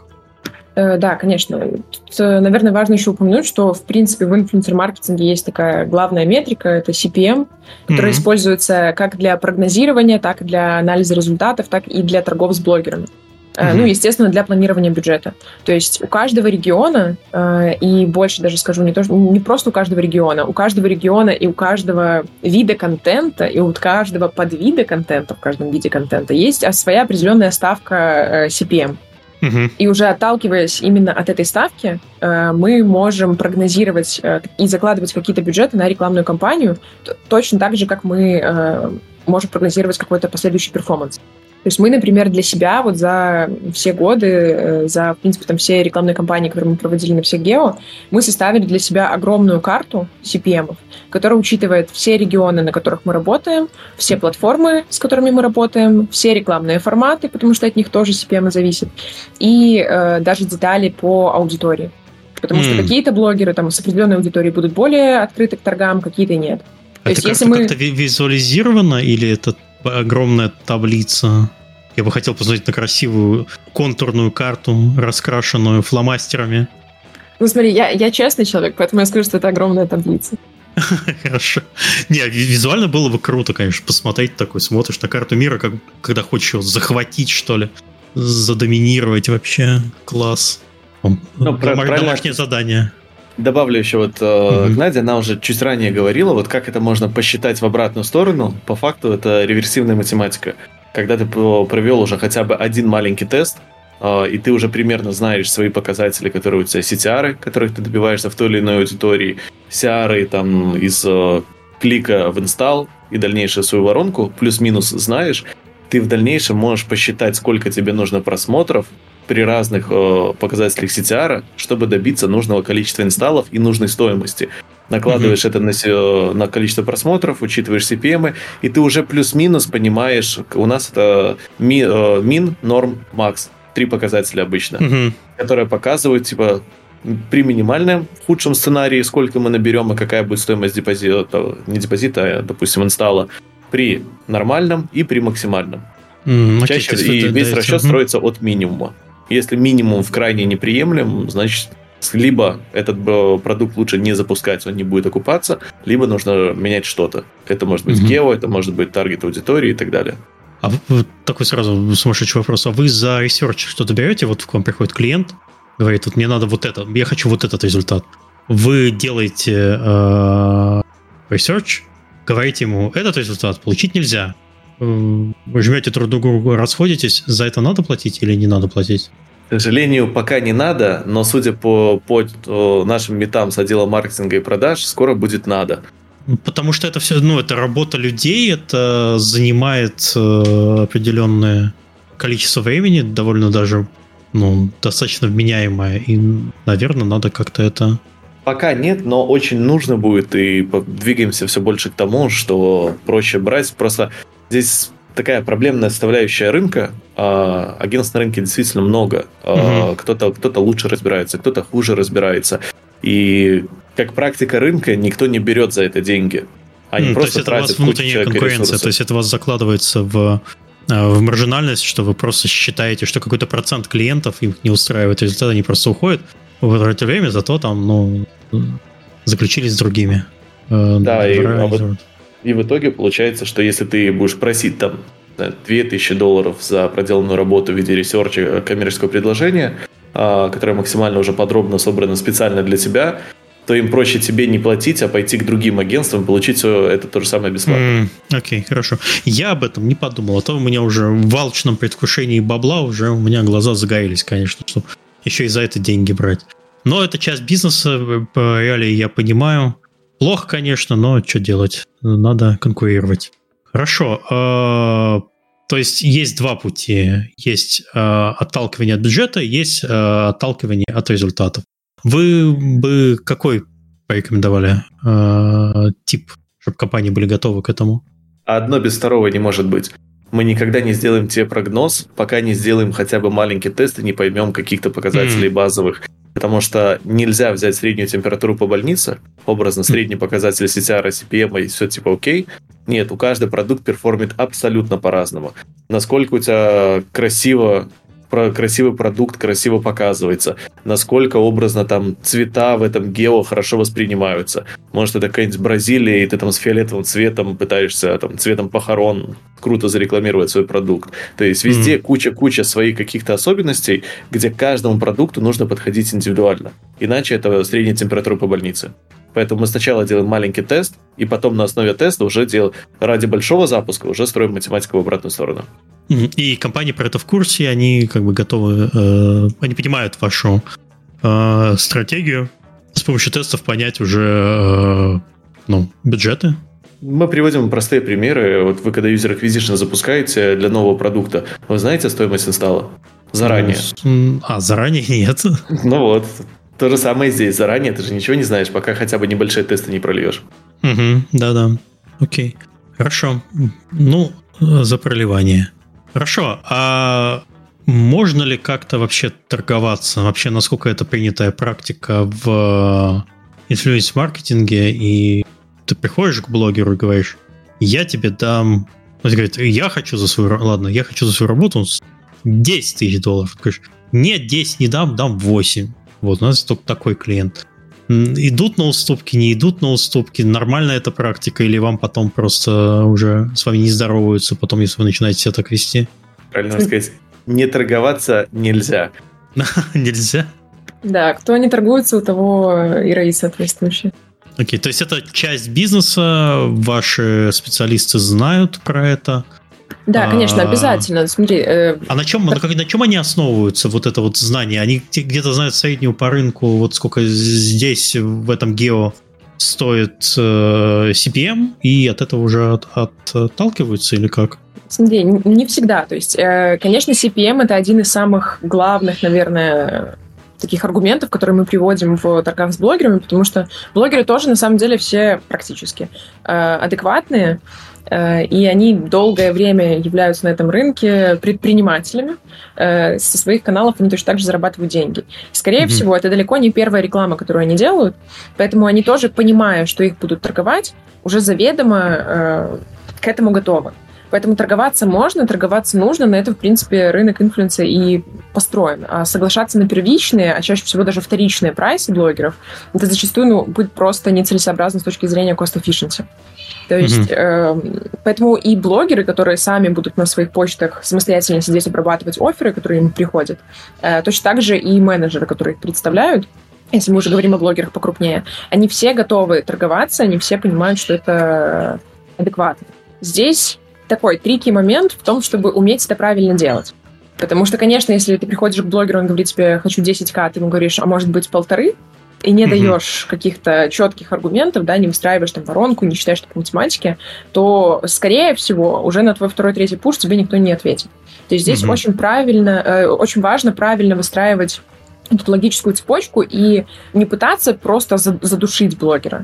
Да, конечно. Тут, наверное, важно еще упомянуть, что, в принципе, в инфлюенсер-маркетинге есть такая главная метрика, это си пи эм, которая mm-hmm. используется как для прогнозирования, так и для анализа результатов, так и для торгов с блогерами. Mm-hmm. Ну, естественно, для планирования бюджета. То есть у каждого региона, и больше даже скажу, не, то, не просто у каждого региона, у каждого региона и у каждого вида контента, и у каждого подвида контента, в каждом виде контента, есть своя определенная ставка си пи эм. Uh-huh. И уже отталкиваясь именно от этой ставки, мы можем прогнозировать и закладывать какие-то бюджеты на рекламную кампанию точно так же, как мы можем прогнозировать какой-то последующий перформанс. То есть мы, например, для себя вот за все годы, за, в принципе, там все рекламные кампании, которые мы проводили на всех гео, мы составили для себя огромную карту си пи эм, которая учитывает все регионы, на которых мы работаем, все платформы, с которыми мы работаем, все рекламные форматы, потому что от них тоже си пи эм зависит, и э, даже детали по аудитории. Потому mm. что какие-то блогеры там, с определенной аудиторией будут более открыты к торгам, какие-то нет. То это есть, как-то, если мы... как-то визуализировано или это огромная таблица? Я бы хотел посмотреть на красивую контурную карту, раскрашенную фломастерами. Ну смотри, я, я честный человек, поэтому я скажу, что это огромная таблица. Хорошо. Не, визуально было бы круто, конечно, посмотреть такой, смотришь на карту мира, как, когда хочешь его захватить, что ли, задоминировать вообще. Класс. Ну, Дом, домашнее задание. Добавлю еще вот mm-hmm. Надя, она уже чуть ранее говорила, вот как это можно посчитать в обратную сторону. По факту это реверсивная математика. Когда ты провел уже хотя бы один маленький тест, и ты уже примерно знаешь свои показатели, которые у тебя си ти ар, которых ты добиваешься в той или иной аудитории, си ар там из клика в инсталл и дальнейшую свою воронку, плюс-минус знаешь, ты в дальнейшем можешь посчитать, сколько тебе нужно просмотров при разных э, показателях си ти ар, чтобы добиться нужного количества инсталлов и нужной стоимости. Накладываешь mm-hmm. это на, на количество просмотров, учитываешь си пи эм, и ты уже плюс-минус понимаешь, у нас это ми, э, мин, норм, макс. Три показателя обычно, mm-hmm. которые показывают, типа, при минимальном, худшем сценарии, сколько мы наберем и какая будет стоимость депозита, не депозита, а, допустим, инсталла, при нормальном и при максимальном. Mm-hmm. Чаще okay, и весь расчет mm-hmm. строится от минимума. Если минимум в крайне неприемлем, значит, либо этот продукт лучше не запускать, он не будет окупаться, либо нужно менять что-то. Это может быть mm-hmm. гео, это может быть таргет аудитории и так далее. А вы, такой сразу сумасшедший вопрос. А вы за ресерч что-то берете? Вот к вам приходит клиент, говорит, вот мне надо вот это, я хочу вот этот результат. Вы делаете э, ресерч, говорите ему, этот результат получить нельзя. Вы жмете друг другу, расходитесь, за это надо платить или не надо платить? К сожалению, пока не надо, но судя по, по нашим метам с отдела маркетинга и продаж, скоро будет надо. Потому что это все, ну, это работа людей, это занимает э, определенное количество времени, довольно даже, ну, достаточно вменяемое, и, наверное, надо как-то это... Пока нет, но очень нужно будет, и двигаемся все больше к тому, что проще брать. Просто здесь такая проблемная составляющая рынка. Агентств на рынке действительно много. Угу. Кто-то, кто-то лучше разбирается, кто-то хуже разбирается. И как практика рынка, никто не берет за это деньги. Они mm, просто то есть это у вас внутренняя конкуренция, то есть это у вас закладывается в, в маржинальность, что вы просто считаете, что какой-то процент клиентов их не устраивает результат, они просто уходят, вы тратите время, зато там, ну, заключились с другими. Да, и, а вот, и в итоге получается, что если ты будешь просить там две тысячи долларов за проделанную работу в виде ресерча коммерческого предложения, которое максимально уже подробно собрано специально для тебя, то им проще тебе не платить, а пойти к другим агентствам и получить все это то же самое бесплатно. Окей, okay, хорошо. Я об этом не подумал, а то у меня уже в алчном предвкушении бабла уже у меня глаза загорелись, конечно, чтобы еще и за это деньги брать. Но это часть бизнеса, по реалии я понимаю. Плохо, конечно, но что делать? Надо конкурировать. Хорошо. То есть есть два пути. Есть отталкивание от бюджета, есть отталкивание от результатов. Вы бы какой порекомендовали тип, чтобы компании были готовы к этому? Одно без второго не может быть. Мы никогда не сделаем тебе прогноз, пока не сделаем хотя бы маленький тест и не поймем каких-то показателей mm. базовых. Потому что нельзя взять среднюю температуру по больнице, образно средний показатель си ти ар, си пи эм и все типа окей. Нет, у каждого продукт перформит абсолютно по-разному. Насколько у тебя красиво, про красивый продукт красиво показывается, насколько образно там цвета в этом гео хорошо воспринимаются. Может, это какая-нибудь Бразилия, и ты там с фиолетовым цветом пытаешься, там, цветом похорон круто зарекламировать свой продукт. То есть везде mm-hmm. куча-куча своих каких-то особенностей, где каждому продукту нужно подходить индивидуально. Иначе это средняя температура по больнице. Поэтому мы сначала делаем маленький тест, и потом на основе теста уже делаем, ради большого запуска уже строим математику в обратную сторону. И компании про это в курсе, они как бы готовы, э, они понимают вашу э, стратегию, с помощью тестов понять уже э, ну, бюджеты. Мы приводим простые примеры. Вот вы когда User Acquisition запускаете для нового продукта, вы знаете стоимость инсталла? Заранее. А, заранее нет. Ну вот. То же самое здесь. Заранее ты же ничего не знаешь, пока хотя бы небольшие тесты не прольешь. Угу, да-да. Окей. Хорошо. Ну, за проливание. Хорошо. А можно ли как-то вообще торговаться? Вообще, насколько это принятая практика в инфлюенс-маркетинге? И ты приходишь к блогеру и говоришь, я тебе дам... Он говорит, я хочу за свою... Ладно, я хочу за свою работу десять тысяч долларов. Ты говоришь, нет, десять не дам, дам восемь. Вот, у нас только такой клиент. Идут на уступки, не идут на уступки? Нормальная эта практика? Или вам потом просто уже с вами не здороваются, потом, если вы начинаете себя так вести? Правильно сказать, не торговаться нельзя. Нельзя? Да, кто не торгуется, у того и РОИ соответствующие. Окей, то есть это часть бизнеса, ваши специалисты знают про это? Да, конечно, обязательно. Смотри, э, а на чем, так... на чем они основываются, вот это вот знание? Они где-то знают среднюю по рынку, вот сколько здесь, в этом гео, стоит э, си пи эм, и от этого уже от, отталкиваются или как? Смотри, не всегда. То есть, э, конечно, си пи эм — это один из самых главных, наверное, таких аргументов, которые мы приводим в торгах с блогерами, потому что блогеры тоже, на самом деле, все практически э, адекватные, и они долгое время являются на этом рынке предпринимателями. Со своих каналов они точно так же зарабатывают деньги. Скорее mm-hmm. всего, это далеко не первая реклама, которую они делают, поэтому они тоже, понимая, что их будут торговать, уже заведомо к этому готовы. Поэтому торговаться можно, торговаться нужно, на это, в принципе, рынок инфлюенса и построен. А соглашаться на первичные, а чаще всего даже вторичные прайсы блогеров, это зачастую ну, будет просто нецелесообразно с точки зрения cost efficiency. То есть, mm-hmm. э, поэтому и блогеры, которые сами будут на своих почтах самостоятельно сидеть обрабатывать офферы, которые им приходят, э, точно так же и менеджеры, которые их представляют, если мы уже говорим о блогерах покрупнее, они все готовы торговаться, они все понимают, что это адекватно. Здесь такой трикий момент в том, чтобы уметь это правильно делать. Потому что, конечно, если ты приходишь к блогеру, он говорит тебе, хочу десять тысяч, ты ему говоришь, а может быть полторы, и не mm-hmm. даешь каких-то четких аргументов, да, не выстраиваешь там воронку, не считаешь это по математике, то, скорее всего, уже на твой второй, третий пуш тебе никто не ответит. То есть здесь mm-hmm. очень правильно, э, очень важно правильно выстраивать эту логическую цепочку и не пытаться просто задушить блогера,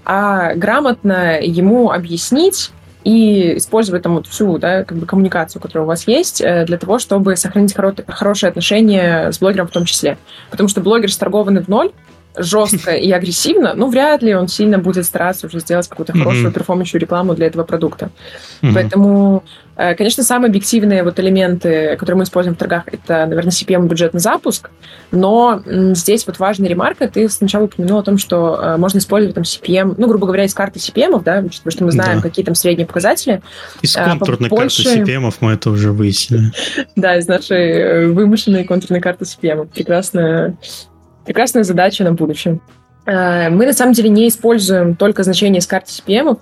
а грамотно ему объяснить и использовать там вот всю, да, как бы коммуникацию, которая у вас есть, для того, чтобы сохранить хоро- хорошие отношения с блогером в том числе. Потому что блогер сторгованный в ноль, жестко и агрессивно, ну, вряд ли он сильно будет стараться уже сделать какую-то хорошую mm-hmm. перформансную рекламу для этого продукта. Mm-hmm. Поэтому, конечно, самые объективные вот элементы, которые мы используем в торгах, это, наверное, си пи эм и бюджетный запуск, но здесь вот важная ремарка, ты сначала упомянул о том, что можно использовать там си пи эм, ну, грубо говоря, из карты си пи эм, да, потому что мы знаем, да. какие там средние показатели. Из контурной побольше... карты си пи эм мы это уже выяснили. Да, из нашей вымышленной контурной карты си пи эм. Прекрасная Прекрасная задача на будущее. Мы, на самом деле, не используем только значения из карты си пи эм.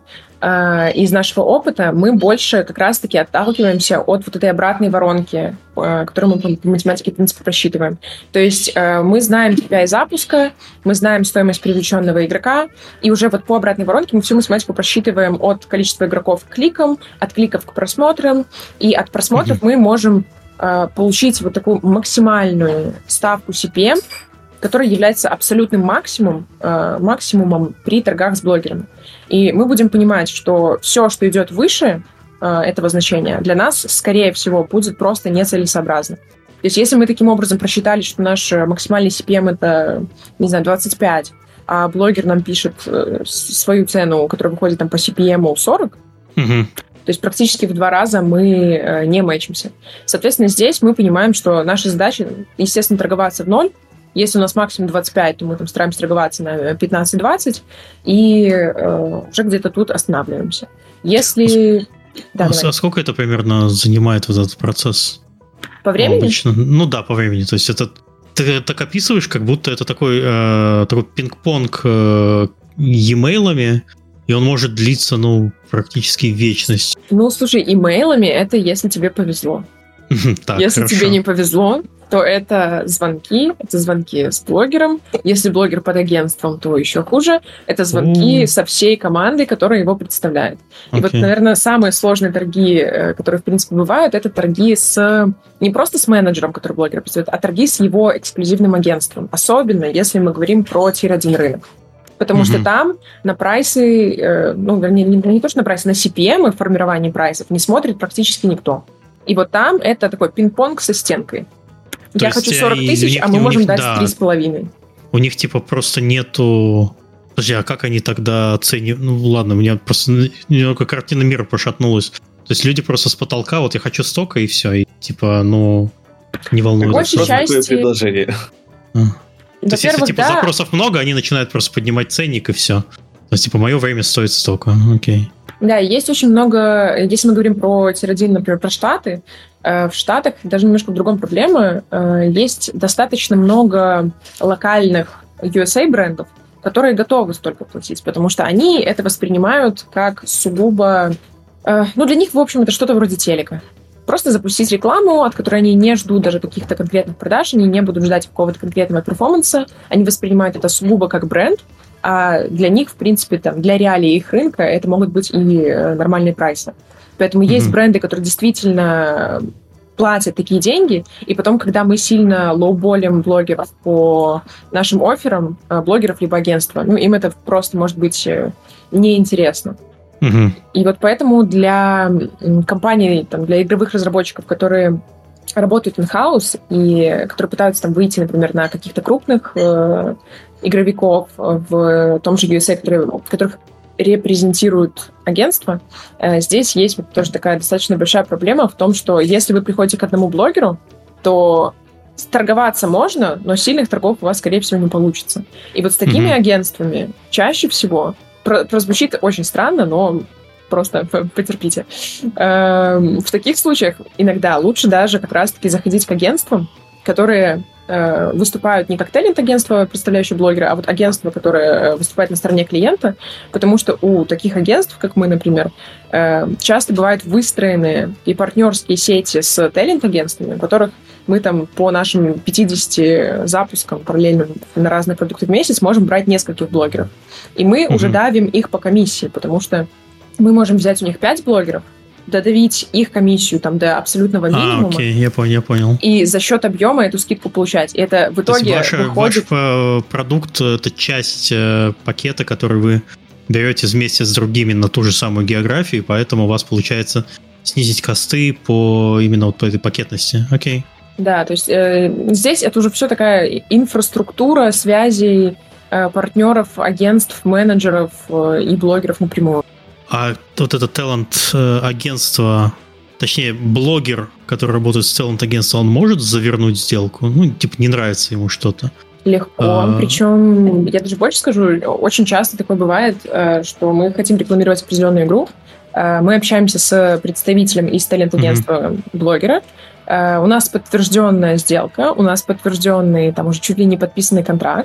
Из нашего опыта мы больше как раз-таки отталкиваемся от вот этой обратной воронки, которую мы по математике, в принципе, просчитываем. То есть мы знаем кей пи ай запуска, мы знаем стоимость привлеченного игрока, и уже вот по обратной воронке мы всю математику просчитываем от количества игроков к кликам, от кликов к просмотрам, и от просмотров mm-hmm. мы можем получить вот такую максимальную ставку си пи эм, который является абсолютным максимум, э, максимумом при торгах с блогерами. И мы будем понимать, что все, что идет выше э, этого значения, для нас, скорее всего, будет просто нецелесообразно. То есть если мы таким образом просчитали, что наш максимальный си пи эм это, не знаю, двадцать пять, а блогер нам пишет э, свою цену, которая выходит там по си пи эм сорок, mm-hmm. то есть практически в два раза мы э, не мэчимся. Соответственно, здесь мы понимаем, что наша задача, естественно, торговаться в ноль. Если у нас максимум двадцать пять, то мы там стараемся торговаться на пятнадцать-двадцать и э, уже где-то тут останавливаемся. Если... Да, а, а сколько это примерно занимает вот этот процесс? По времени? Обычно? Ну да, по времени. То есть это ты так описываешь, как будто это такой, э, такой пинг-понг э, e-mail'ами, и он может длиться, ну, практически вечность. Ну, слушай, имейлами это если тебе повезло. Так, если хорошо. тебе не повезло, то это звонки, это звонки с блогером. Если блогер под агентством, то еще хуже. Это звонки mm. со всей командой, которая его представляет. И okay. вот, наверное, самые сложные торги, которые, в принципе, бывают, это торги с не просто с менеджером, который блогер представляет, а торги с его эксклюзивным агентством. Особенно, если мы говорим про тир один рынок. Потому mm-hmm. что там на прайсы, ну, вернее, не, не то, что на прайсы, на си пи эм и формирование прайсов не смотрит практически никто. И вот там это такой пинг-понг со стенкой. То Я хочу сорок тысяч, а мы можем них, дать три с половиной. У них типа просто нету... Подожди, а как они тогда оценивают? Ну ладно, у меня просто немного картина мира пошатнулась. То есть люди просто с потолка, вот я хочу столько и все, и типа, ну, не волнует. По большей части... предложение. А. То есть если типа да. запросов много, они начинают просто поднимать ценник и все. То есть типа мое время стоит столько, окей. Да, есть очень много, если мы говорим про тир один, например, про Штаты, э, в Штатах даже немножко в другом проблема. Э, есть достаточно много локальных ю эс эй-брендов, которые готовы столько платить, потому что они это воспринимают как сугубо... Э, ну, для них, в общем, это что-то вроде телека. Просто запустить рекламу, от которой они не ждут даже каких-то конкретных продаж, они не будут ждать какого-то конкретного перформанса, они воспринимают это сугубо как бренд, а для них, в принципе, там, для реалий их рынка это могут быть и нормальные прайсы. Поэтому mm-hmm. есть бренды, которые действительно платят такие деньги, и потом, когда мы сильно лоуболим блогеров по нашим офферам, блогеров либо агентства, ну, им это просто может быть неинтересно. Mm-hmm. И вот поэтому для компаний, там, для игровых разработчиков, которые работают in-house и которые пытаются там выйти, например, на каких-то крупных э, игровиков в том же ю эс эй, которые, которых репрезентируют агентство, э, здесь есть вот тоже такая достаточно большая проблема в том, что если вы приходите к одному блогеру, то торговаться можно, но сильных торгов у вас, скорее всего, не получится. И вот с такими mm-hmm. агентствами чаще всего про- прозвучит очень странно, но просто потерпите. В таких случаях иногда лучше даже как раз-таки заходить к агентствам, которые выступают не как талент-агентство, представляющее блогера, а вот агентство, которое выступает на стороне клиента, потому что у таких агентств, как мы, например, часто бывают выстроенные и партнерские сети с талент-агентствами, в которых мы там по нашим пятидесяти запускам параллельно на разные продукты в месяц можем брать нескольких блогеров. И мы mm-hmm. уже давим их по комиссии, потому что мы можем взять у них пять блогеров, додавить их комиссию там до абсолютного минимума. А, окей, я понял, я понял. И за счет объема эту скидку получать. И это в итоге ваш, выходит... Ваш продукт — это часть э, пакета, который вы берете вместе с другими на ту же самую географию, поэтому у вас получается снизить косты по именно вот по этой пакетности. Окей. Да, то есть э, здесь это уже все такая инфраструктура связей э, партнеров, агентств, менеджеров э, и блогеров напрямую. А вот это талант-агентство, точнее, блогер, который работает с талант-агентством, он может завернуть сделку? Ну, типа, не нравится ему что-то. Легко. А... Причем, я даже больше скажу, очень часто такое бывает, что мы хотим рекламировать определенную игру, мы общаемся с представителем из талант-агентства mm-hmm. блогера, у нас подтвержденная сделка, у нас подтвержденный, там уже чуть ли не подписанный контракт,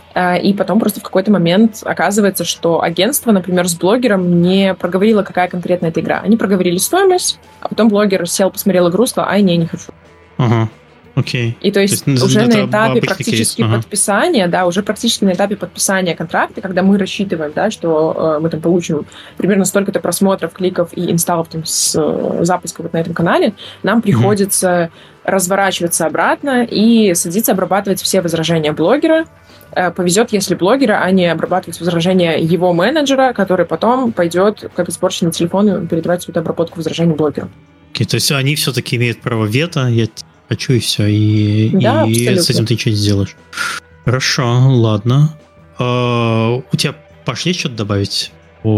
И потом просто в какой-то момент оказывается, что агентство, например, с блогером не проговорило, какая конкретно эта игра. Они проговорили стоимость, а потом блогер сел, посмотрел игру, сказал, ай, не, не хочу. Ага. Окей. И то есть, то есть уже на этапе практически ага. подписания, да, уже практически на этапе подписания контракта, когда мы рассчитываем, да, что э, мы там получим примерно столько-то просмотров, кликов и инсталлов там, с э, запуска вот на этом канале, нам приходится mm-hmm. разворачиваться обратно и садиться обрабатывать все возражения блогера. Э, повезет, если блогера, а не обрабатывать возражения его менеджера, который потом пойдет, как испорченный телефон, передавать всю эту обработку возражений блогеру. Okay, то есть они все-таки имеют право вето, я хочу, и все, и, да, и с этим ты ничего не сделаешь. Хорошо, ладно. А, у тебя, Паш, есть что-то добавить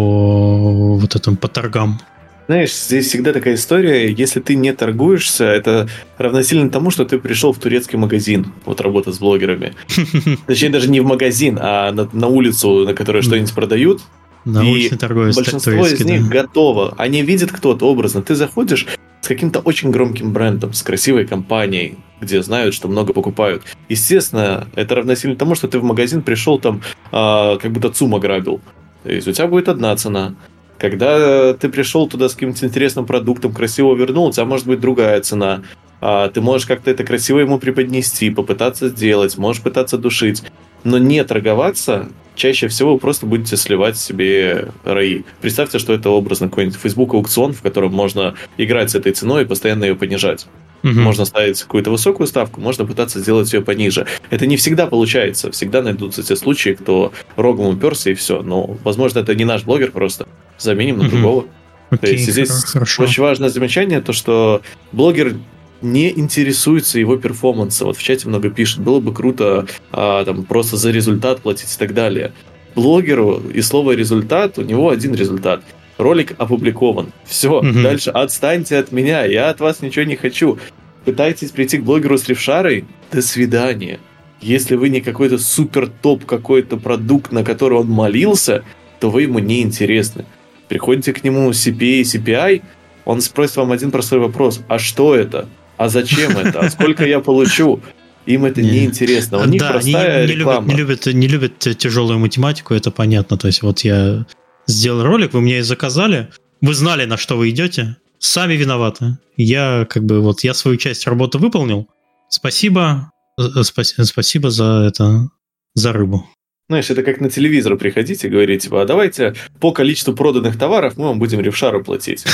по вот этому, по торгам? Знаешь, здесь всегда такая история, если ты не торгуешься, это равносильно тому, что ты пришел в турецкий магазин, вот работа с блогерами. Точнее, даже не в магазин, а на, на улицу, на которой что-нибудь продают. На улице торговец большинство из них готово. Они видят кто-то образно. Ты заходишь с каким-то очень громким брендом, с красивой компанией, где знают, что много покупают. Естественно, это равносильно тому, что ты в магазин пришел там, а, как будто ЦУМ ограбил. То есть у тебя будет одна цена. Когда ты пришел туда с каким-то интересным продуктом, красиво вернул, у тебя может быть другая цена. А, ты можешь как-то это красиво ему преподнести, попытаться сделать, можешь пытаться душить. Но не торговаться, чаще всего вы просто будете сливать себе раи. Представьте, что это образно какой-нибудь Facebook аукцион, в котором можно играть с этой ценой и постоянно ее понижать. Угу. Можно ставить какую-то высокую ставку, можно пытаться сделать ее пониже. Это не всегда получается. Всегда найдутся те случаи, кто рогом уперся и все. Но, возможно, это не наш блогер просто. Заменим на угу. другого. Окей, то есть здесь хорошо. Очень важное замечание, то что блогер не интересуется его перформансом. Вот в чате много пишет, было бы круто а, там, просто за результат платить и так далее. Блогеру и слово «результат», у него один результат. Ролик опубликован. Все, угу. Дальше отстаньте от меня, я от вас ничего не хочу. Пытаетесь прийти к блогеру с рефшарой? До свидания. Если вы не какой-то супер топ, какой-то продукт, на который он молился, то вы ему не интересны. Приходите к нему си пи эй, си пи ай, он спросит вам один простой вопрос. А что это? А зачем это? А сколько я получу? Им это не интересно. У них да, простая не, не реклама. Любят, не, любят, не любят тяжелую математику, это понятно. То есть вот я сделал ролик, вы мне и заказали, вы знали, на что вы идете, сами виноваты. Я как бы вот я свою часть работы выполнил. Спасибо, спа- спасибо за это, за рыбу. Знаешь, это как на телевизор приходить и говорить, типа, а давайте по количеству проданных товаров мы вам будем рефшару платить.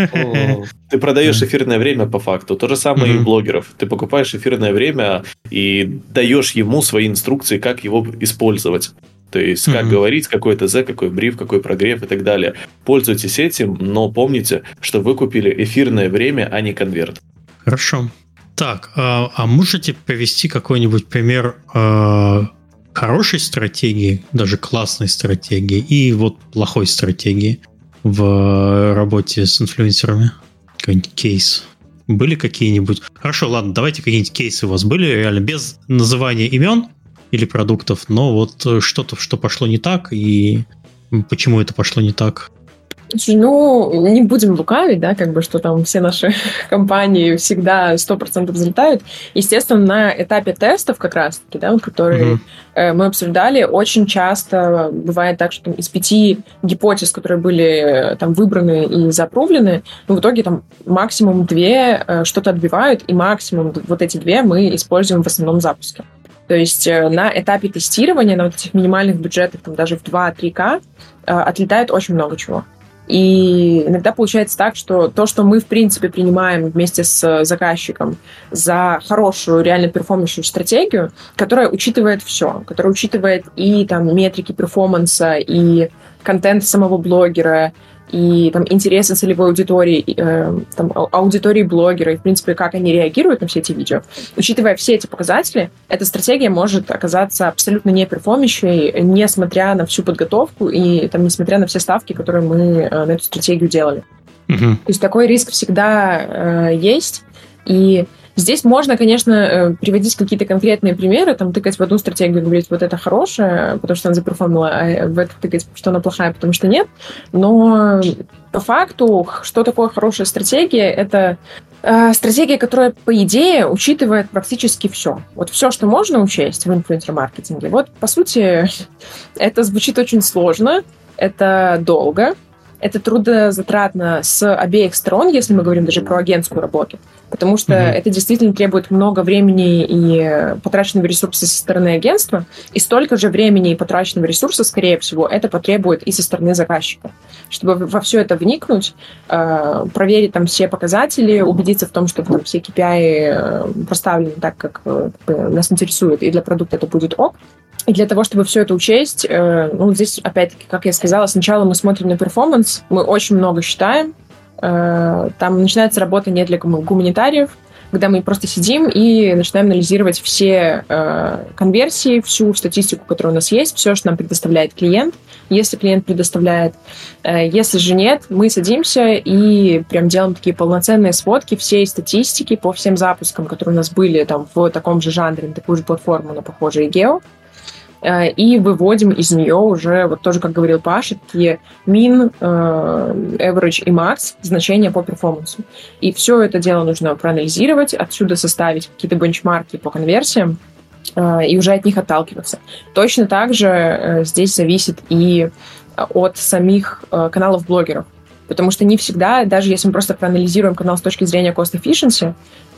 Ты продаешь эфирное время по факту. То же самое и у блогеров. Ты покупаешь эфирное время и даешь ему свои инструкции, как его использовать. То есть, как mm-hmm. говорить, какой ТЗ, какой бриф, какой прогрев и так далее. Пользуйтесь этим, но помните, что вы купили эфирное время, а не конверт. Хорошо. Так, а, а можете привести какой-нибудь пример а, хорошей стратегии, даже классной стратегии, и вот плохой стратегии в работе с инфлюенсерами? Какой-нибудь кейс. Были какие-нибудь? Хорошо, ладно, давайте какие-нибудь кейсы у вас были, реально, без называния имен или продуктов, но вот что-то, что пошло не так, и почему это пошло не так? Ну, не будем лукавить, да, как бы, что там все наши компании всегда сто процентов взлетают. Естественно, на этапе тестов как раз-таки, да, которые uh-huh. э, мы обсуждали, очень часто бывает так, что там, из пяти гипотез, которые были там выбраны и запрувлены, ну, в итоге там максимум две э, что-то отбивают, и максимум вот эти две мы используем в основном запуске. То есть э, на этапе тестирования, на вот этих минимальных бюджетах, там, даже в два-три ка, э, отлетает очень много чего. И иногда получается так, что то, что мы, в принципе, принимаем вместе с заказчиком за хорошую, реально перформающую стратегию, которая учитывает все, которая учитывает и там метрики перформанса, и контент самого блогера, и там интересы целевой аудитории, э, там, аудитории блогера, и, в принципе, как они реагируют на все эти видео. Учитывая все эти показатели, эта стратегия может оказаться абсолютно не перформящей, несмотря на всю подготовку и там, несмотря на все ставки, которые мы э, на эту стратегию делали. Uh-huh. То есть такой риск всегда э, есть, и здесь можно, конечно, приводить какие-то конкретные примеры, там, тыкать в одну стратегию и говорить, вот это хорошая, потому что она заперформила, а в это тыкать, что она плохая, потому что нет. Но по факту, что такое хорошая стратегия, это Стратегия, которая, по идее, учитывает практически все. Вот все, что можно учесть в инфлюенсер-маркетинге. Вот, по сути, это звучит очень сложно, это долго, это трудозатратно с обеих сторон, если мы говорим даже про агентскую работу. Потому что mm-hmm. это действительно требует много времени и потраченного ресурса со стороны агентства, и столько же времени и потраченного ресурса, скорее всего, это потребует и со стороны заказчика. Чтобы во все это вникнуть, проверить там все показатели, убедиться в том, что там все кей пи ай поставлены так, как нас интересует, и для продукта это будет ок. И для того, чтобы все это учесть, ну, здесь, опять-таки, как я сказала, сначала мы смотрим на перформанс, мы очень много считаем. Там начинается работа не для гуманитариев, когда мы просто сидим и начинаем анализировать все конверсии, всю статистику, которая у нас есть, все, что нам предоставляет клиент, если клиент предоставляет. Если же нет, мы садимся и прям делаем такие полноценные сводки всей статистики по всем запускам, которые у нас были там в таком же жанре, на такую же платформу, на похожее гео. И выводим из нее уже, вот тоже, как говорил Паша, такие min, average и max значения по перформансу. И все это дело нужно проанализировать, отсюда составить какие-то бенчмарки по конверсиям и уже от них отталкиваться. Точно так же здесь зависит и от самих каналов блогеров. Потому что не всегда, даже если мы просто проанализируем канал с точки зрения cost efficiency,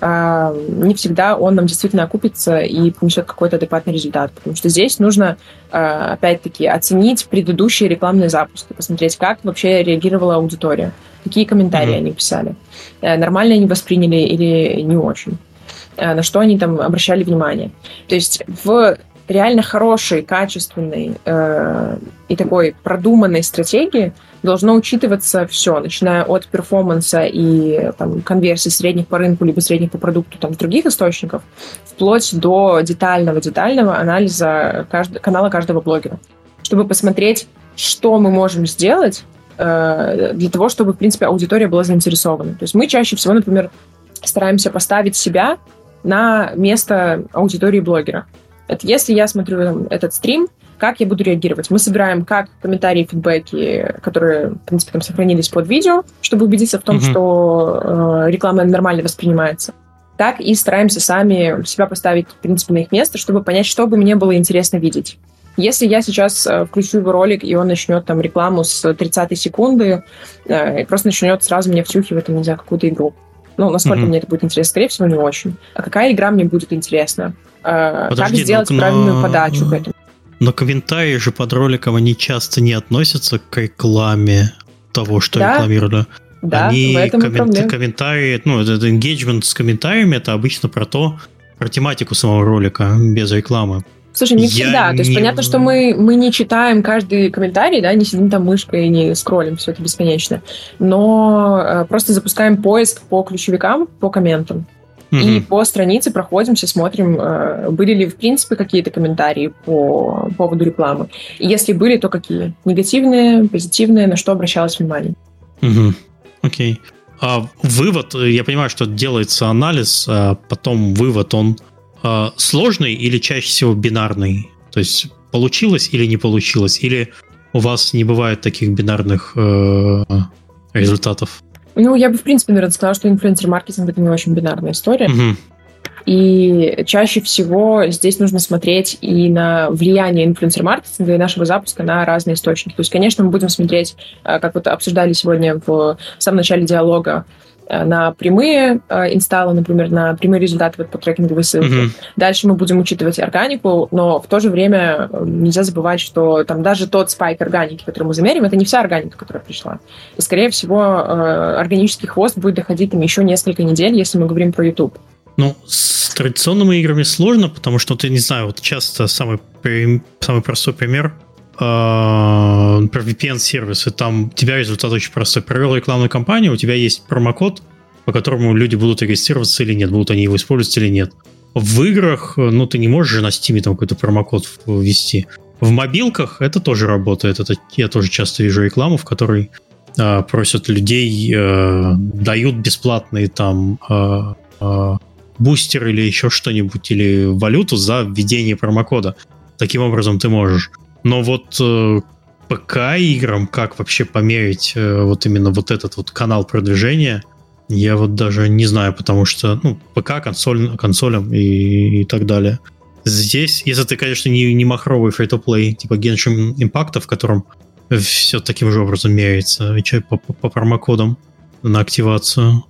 не всегда он нам действительно окупится и принесет какой-то адекватный результат. Потому что здесь нужно, опять-таки, оценить предыдущие рекламные запуски, посмотреть, как вообще реагировала аудитория, какие комментарии mm-hmm. они писали, нормально они восприняли или не очень, на что они там обращали внимание. То есть в реально хорошей, качественной э, и такой продуманной стратегии должно учитываться все, начиная от перформанса и там, конверсии средних по рынку либо средних по продукту там, с других источников, вплоть до детального-детального анализа кажд... канала каждого блогера, чтобы посмотреть, что мы можем сделать э, для того, чтобы, в принципе, аудитория была заинтересована. То есть мы чаще всего, например, стараемся поставить себя на место аудитории блогера. Это если я смотрю там, этот стрим, как я буду реагировать? Мы собираем как комментарии, фидбэки, которые, в принципе, там сохранились под видео, чтобы убедиться в том, mm-hmm. что э, реклама нормально воспринимается, так и стараемся сами себя поставить, в принципе, на их место, чтобы понять, что бы мне было интересно видеть. Если я сейчас э, включу его ролик, и он начнет там рекламу с тридцатой секунды, э, и просто начнет сразу мне втюхивать, там, не знаю, какую-то игру. Ну, насколько mm-hmm. мне это будет интересно? Скорее всего, не очень. А какая игра мне будет интересна? Подожди, как сделать но, правильную но, подачу к этому? Но комментарии же под роликом, они часто не относятся к рекламе того, что да, рекламировали. Да, они в этом коммен- и комментарии, ну, это engagement с комментариями, это обычно про то, про тематику самого ролика, без рекламы. Слушай, не всегда. Я То есть не... понятно, что мы, мы не читаем каждый комментарий, да, не сидим там мышкой и не скроллим, все это бесконечно. Но э, просто запускаем поиск по ключевикам, по комментам. Mm-hmm. И по странице проходимся, смотрим, были ли в принципе какие-то комментарии по поводу рекламы. И если были, то какие? Негативные, позитивные, на что обращалось внимание. Угу. Окей. А вывод, я понимаю, что делается анализ, а потом вывод, он а, сложный или чаще всего бинарный? То есть получилось или не получилось? Или у вас не бывает таких бинарных э, результатов? Ну, я бы, в принципе, наверное, сказала, что инфлюенсер-маркетинг — это не очень бинарная история. Uh-huh. И чаще всего здесь нужно смотреть и на влияние инфлюенсер-маркетинга и нашего запуска на разные источники. То есть, конечно, мы будем смотреть, как вот обсуждали сегодня в самом начале диалога, на прямые инсталлы, например, на прямые результаты вот по трекинговой ссылке. Uh-huh. Дальше мы будем учитывать органику, но в то же время нельзя забывать, что там даже тот спайк органики, который мы замерим, это не вся органика, которая пришла. И, скорее всего, органический хвост будет доходить там еще несколько недель, если мы говорим про YouTube. Ну, с традиционными играми сложно, потому что, ты не знаю, вот часто самый, самый простой пример про ви пи эн-сервисы, там у тебя результат очень простой. Провел рекламную кампанию, у тебя есть промокод, по которому люди будут регистрироваться или нет, будут они его использовать или нет. В играх, ну, ты не можешь же на Steam там какой-то промокод ввести. В мобилках это тоже работает. Это, я тоже часто вижу рекламу, в которой э, просят людей, э, дают бесплатные там э, э, бустер или еще что-нибудь, или валюту за введение промокода. Таким образом ты можешь. Но вот э, ПК-играм как вообще померить э, вот именно вот этот вот канал продвижения, Я вот даже не знаю, потому что, ну, ПК, консоль, консолям и, и так далее. Здесь, если ты, конечно, не, не махровый free-to-play, типа Genshin Impact, в котором все таким же образом меряется, по, по, по промокодам на активацию,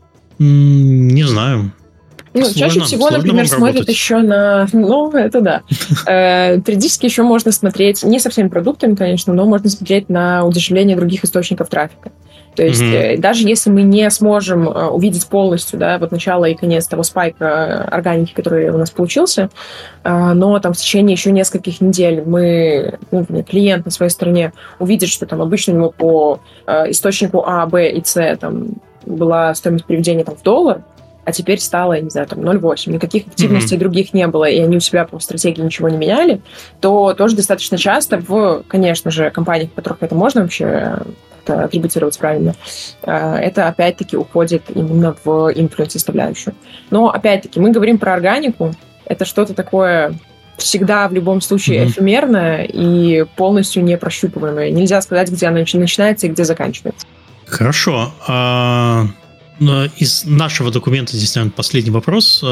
не знаю. Ну, сложно, чаще всего, например, смотрят еще на... Ну, это да. Периодически еще можно смотреть, не со всеми продуктами, конечно, но можно смотреть на удешевление других источников трафика. То есть mm-hmm. даже если мы не сможем увидеть полностью, да, вот начало и конец того спайка органики, который у нас получился, но там в течение еще нескольких недель мы, ну, клиент на своей стороне увидит, что там обычно у него по источнику А, Б и С там была стоимость приведения там в доллар, а теперь стало, я не знаю, там ноль целых восемь, никаких активностей mm-hmm. других не было, и они у себя по стратегии ничего не меняли, то тоже достаточно часто в, конечно же, компаниях, в которых это можно вообще атрибутировать правильно, это опять-таки уходит именно в инфлюенс-составляющую. Но опять-таки мы говорим про органику, это что-то такое всегда в любом случае mm-hmm. эфемерное и полностью непрощупываемое. Нельзя сказать, где она начинается и где заканчивается. Хорошо. А... Из нашего документа здесь, наверное, последний вопрос.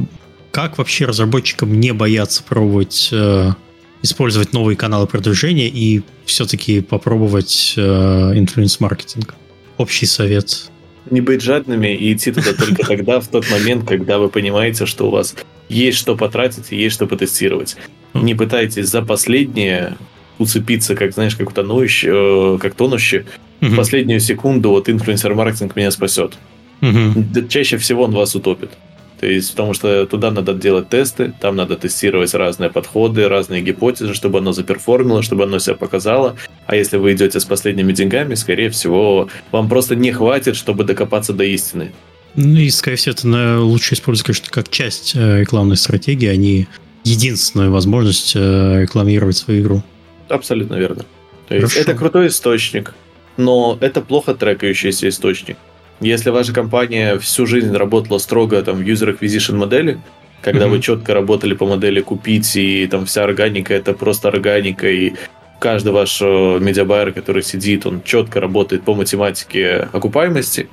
Как вообще разработчикам не бояться пробовать использовать новые каналы продвижения и все-таки попробовать инфлюенс-маркетинг? Общий совет. Не быть жадными и идти туда только тогда, в тот момент, когда вы понимаете, что у вас есть что потратить и есть что потестировать. Не пытайтесь за последнее уцепиться, как, знаешь, как тонущий, как тонущий. В последнюю секунду вот инфлюенсер-маркетинг меня спасет. Uh-huh. Чаще всего он вас утопит. То есть, потому что туда надо делать тесты, там надо тестировать разные подходы, разные гипотезы, чтобы оно заперформило, чтобы оно себя показало. А если вы идете с последними деньгами, скорее всего, вам просто не хватит, чтобы докопаться до истины. Ну и, скорее всего, это лучше использовать, конечно, как часть рекламной стратегии, а не единственную возможность рекламировать свою игру. Абсолютно верно. То есть, это крутой источник, но это плохо трекающийся источник. Если ваша компания всю жизнь работала строго там, в user acquisition модели, когда mm-hmm. вы четко работали по модели купить, и там вся органика это просто органика, и каждый ваш медиабайер, который сидит, он четко работает по математике окупаемости,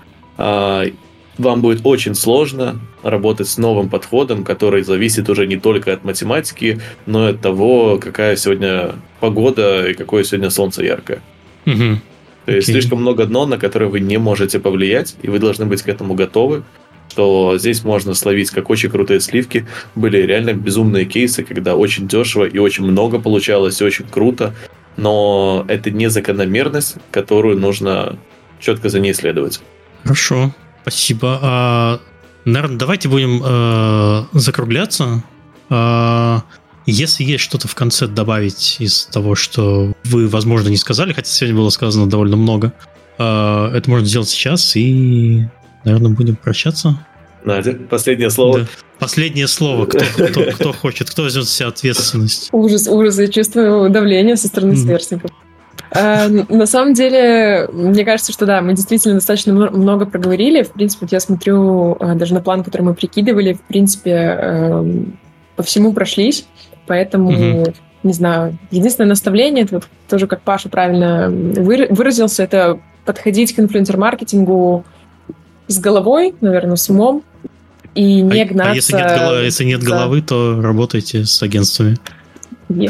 вам будет очень сложно работать с новым подходом, который зависит уже не только от математики, но и от того, какая сегодня погода и какое сегодня солнце яркое. Mm-hmm. То есть okay. слишком много дно, на которое вы не можете повлиять, и вы должны быть к этому готовы, что здесь можно словить как очень крутые сливки. Были реально безумные кейсы, когда очень дешево и очень много получалось, и очень круто, но это не закономерность, которую нужно четко за ней следовать. Хорошо, спасибо. А, наверное, давайте будем э, закругляться. А, Если есть что-то в конце добавить из того, что вы, возможно, не сказали, хотя сегодня было сказано довольно много, это можно сделать сейчас, и, наверное, будем прощаться. Надя, последнее слово. Да. Последнее слово. Кто, кто, кто хочет, кто возьмет на себя ответственность? Ужас, ужас. Я чувствую давление со стороны сверстников. Mm-hmm. На самом деле, мне кажется, что да, мы действительно достаточно много проговорили. В принципе, вот я смотрю даже на план, который мы прикидывали, в принципе, по всему прошлись. Поэтому, mm-hmm. не знаю, единственное наставление, это вот тоже, как Паша правильно выразился, это подходить к инфлюенсер-маркетингу с головой, наверное, с умом, и не а, гнаться... А если нет, голов... если нет за... головы, то работайте с агентствами. Yes.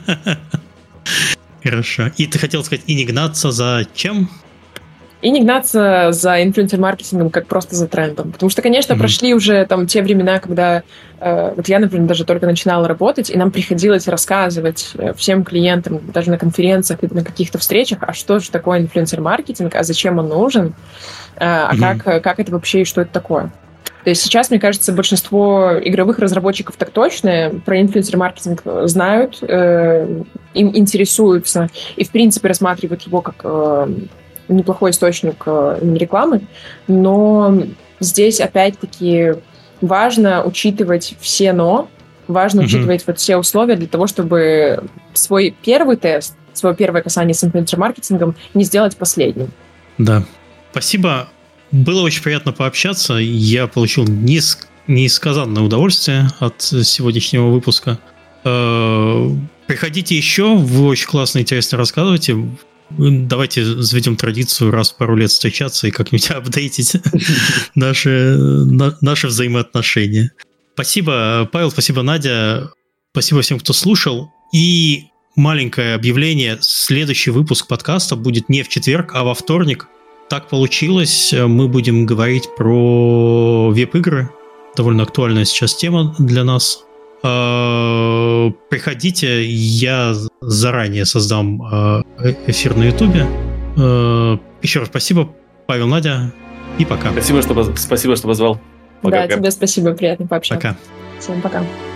Хорошо. И ты хотел сказать, и не гнаться за чем? И не гнаться за инфлюенсер-маркетингом как просто за трендом. Потому что, конечно, mm-hmm. прошли уже там те времена, когда э, вот я, например, даже только начинала работать, и нам приходилось рассказывать всем клиентам, даже на конференциях или на каких-то встречах, а что же такое инфлюенсер-маркетинг, а зачем он нужен, э, а mm-hmm. как, как это вообще и что это такое. То есть сейчас, мне кажется, большинство игровых разработчиков так точно про инфлюенсер-маркетинг знают, э, им интересуются и, в принципе, рассматривают его как... Э, неплохой источник рекламы, но здесь, опять-таки, важно учитывать все «но», важно mm-hmm. учитывать вот все условия для того, чтобы свой первый тест, свое первое касание с инфлюенсер-маркетингом не сделать последним. Да. Спасибо. Было очень приятно пообщаться. Я получил неск... несказанное удовольствие от сегодняшнего выпуска. Приходите еще, вы очень классно и интересно рассказываете. давайте заведем традицию раз в пару лет встречаться и как-нибудь апдейтить наши, наши взаимоотношения. Спасибо, Павел, спасибо, Надя. Спасибо всем, кто слушал. И маленькое объявление. Следующий выпуск подкаста будет не в четверг, а во вторник. Так получилось. Мы будем говорить про веб-игры. Довольно актуальная сейчас тема для нас. Приходите, я заранее создам эфир на Ютубе. Еще раз спасибо, Павел, Надя, и пока. Спасибо, что, спасибо, что позвал. Пока. Да, тебе спасибо, приятно пообщаться. Пока. Всем пока.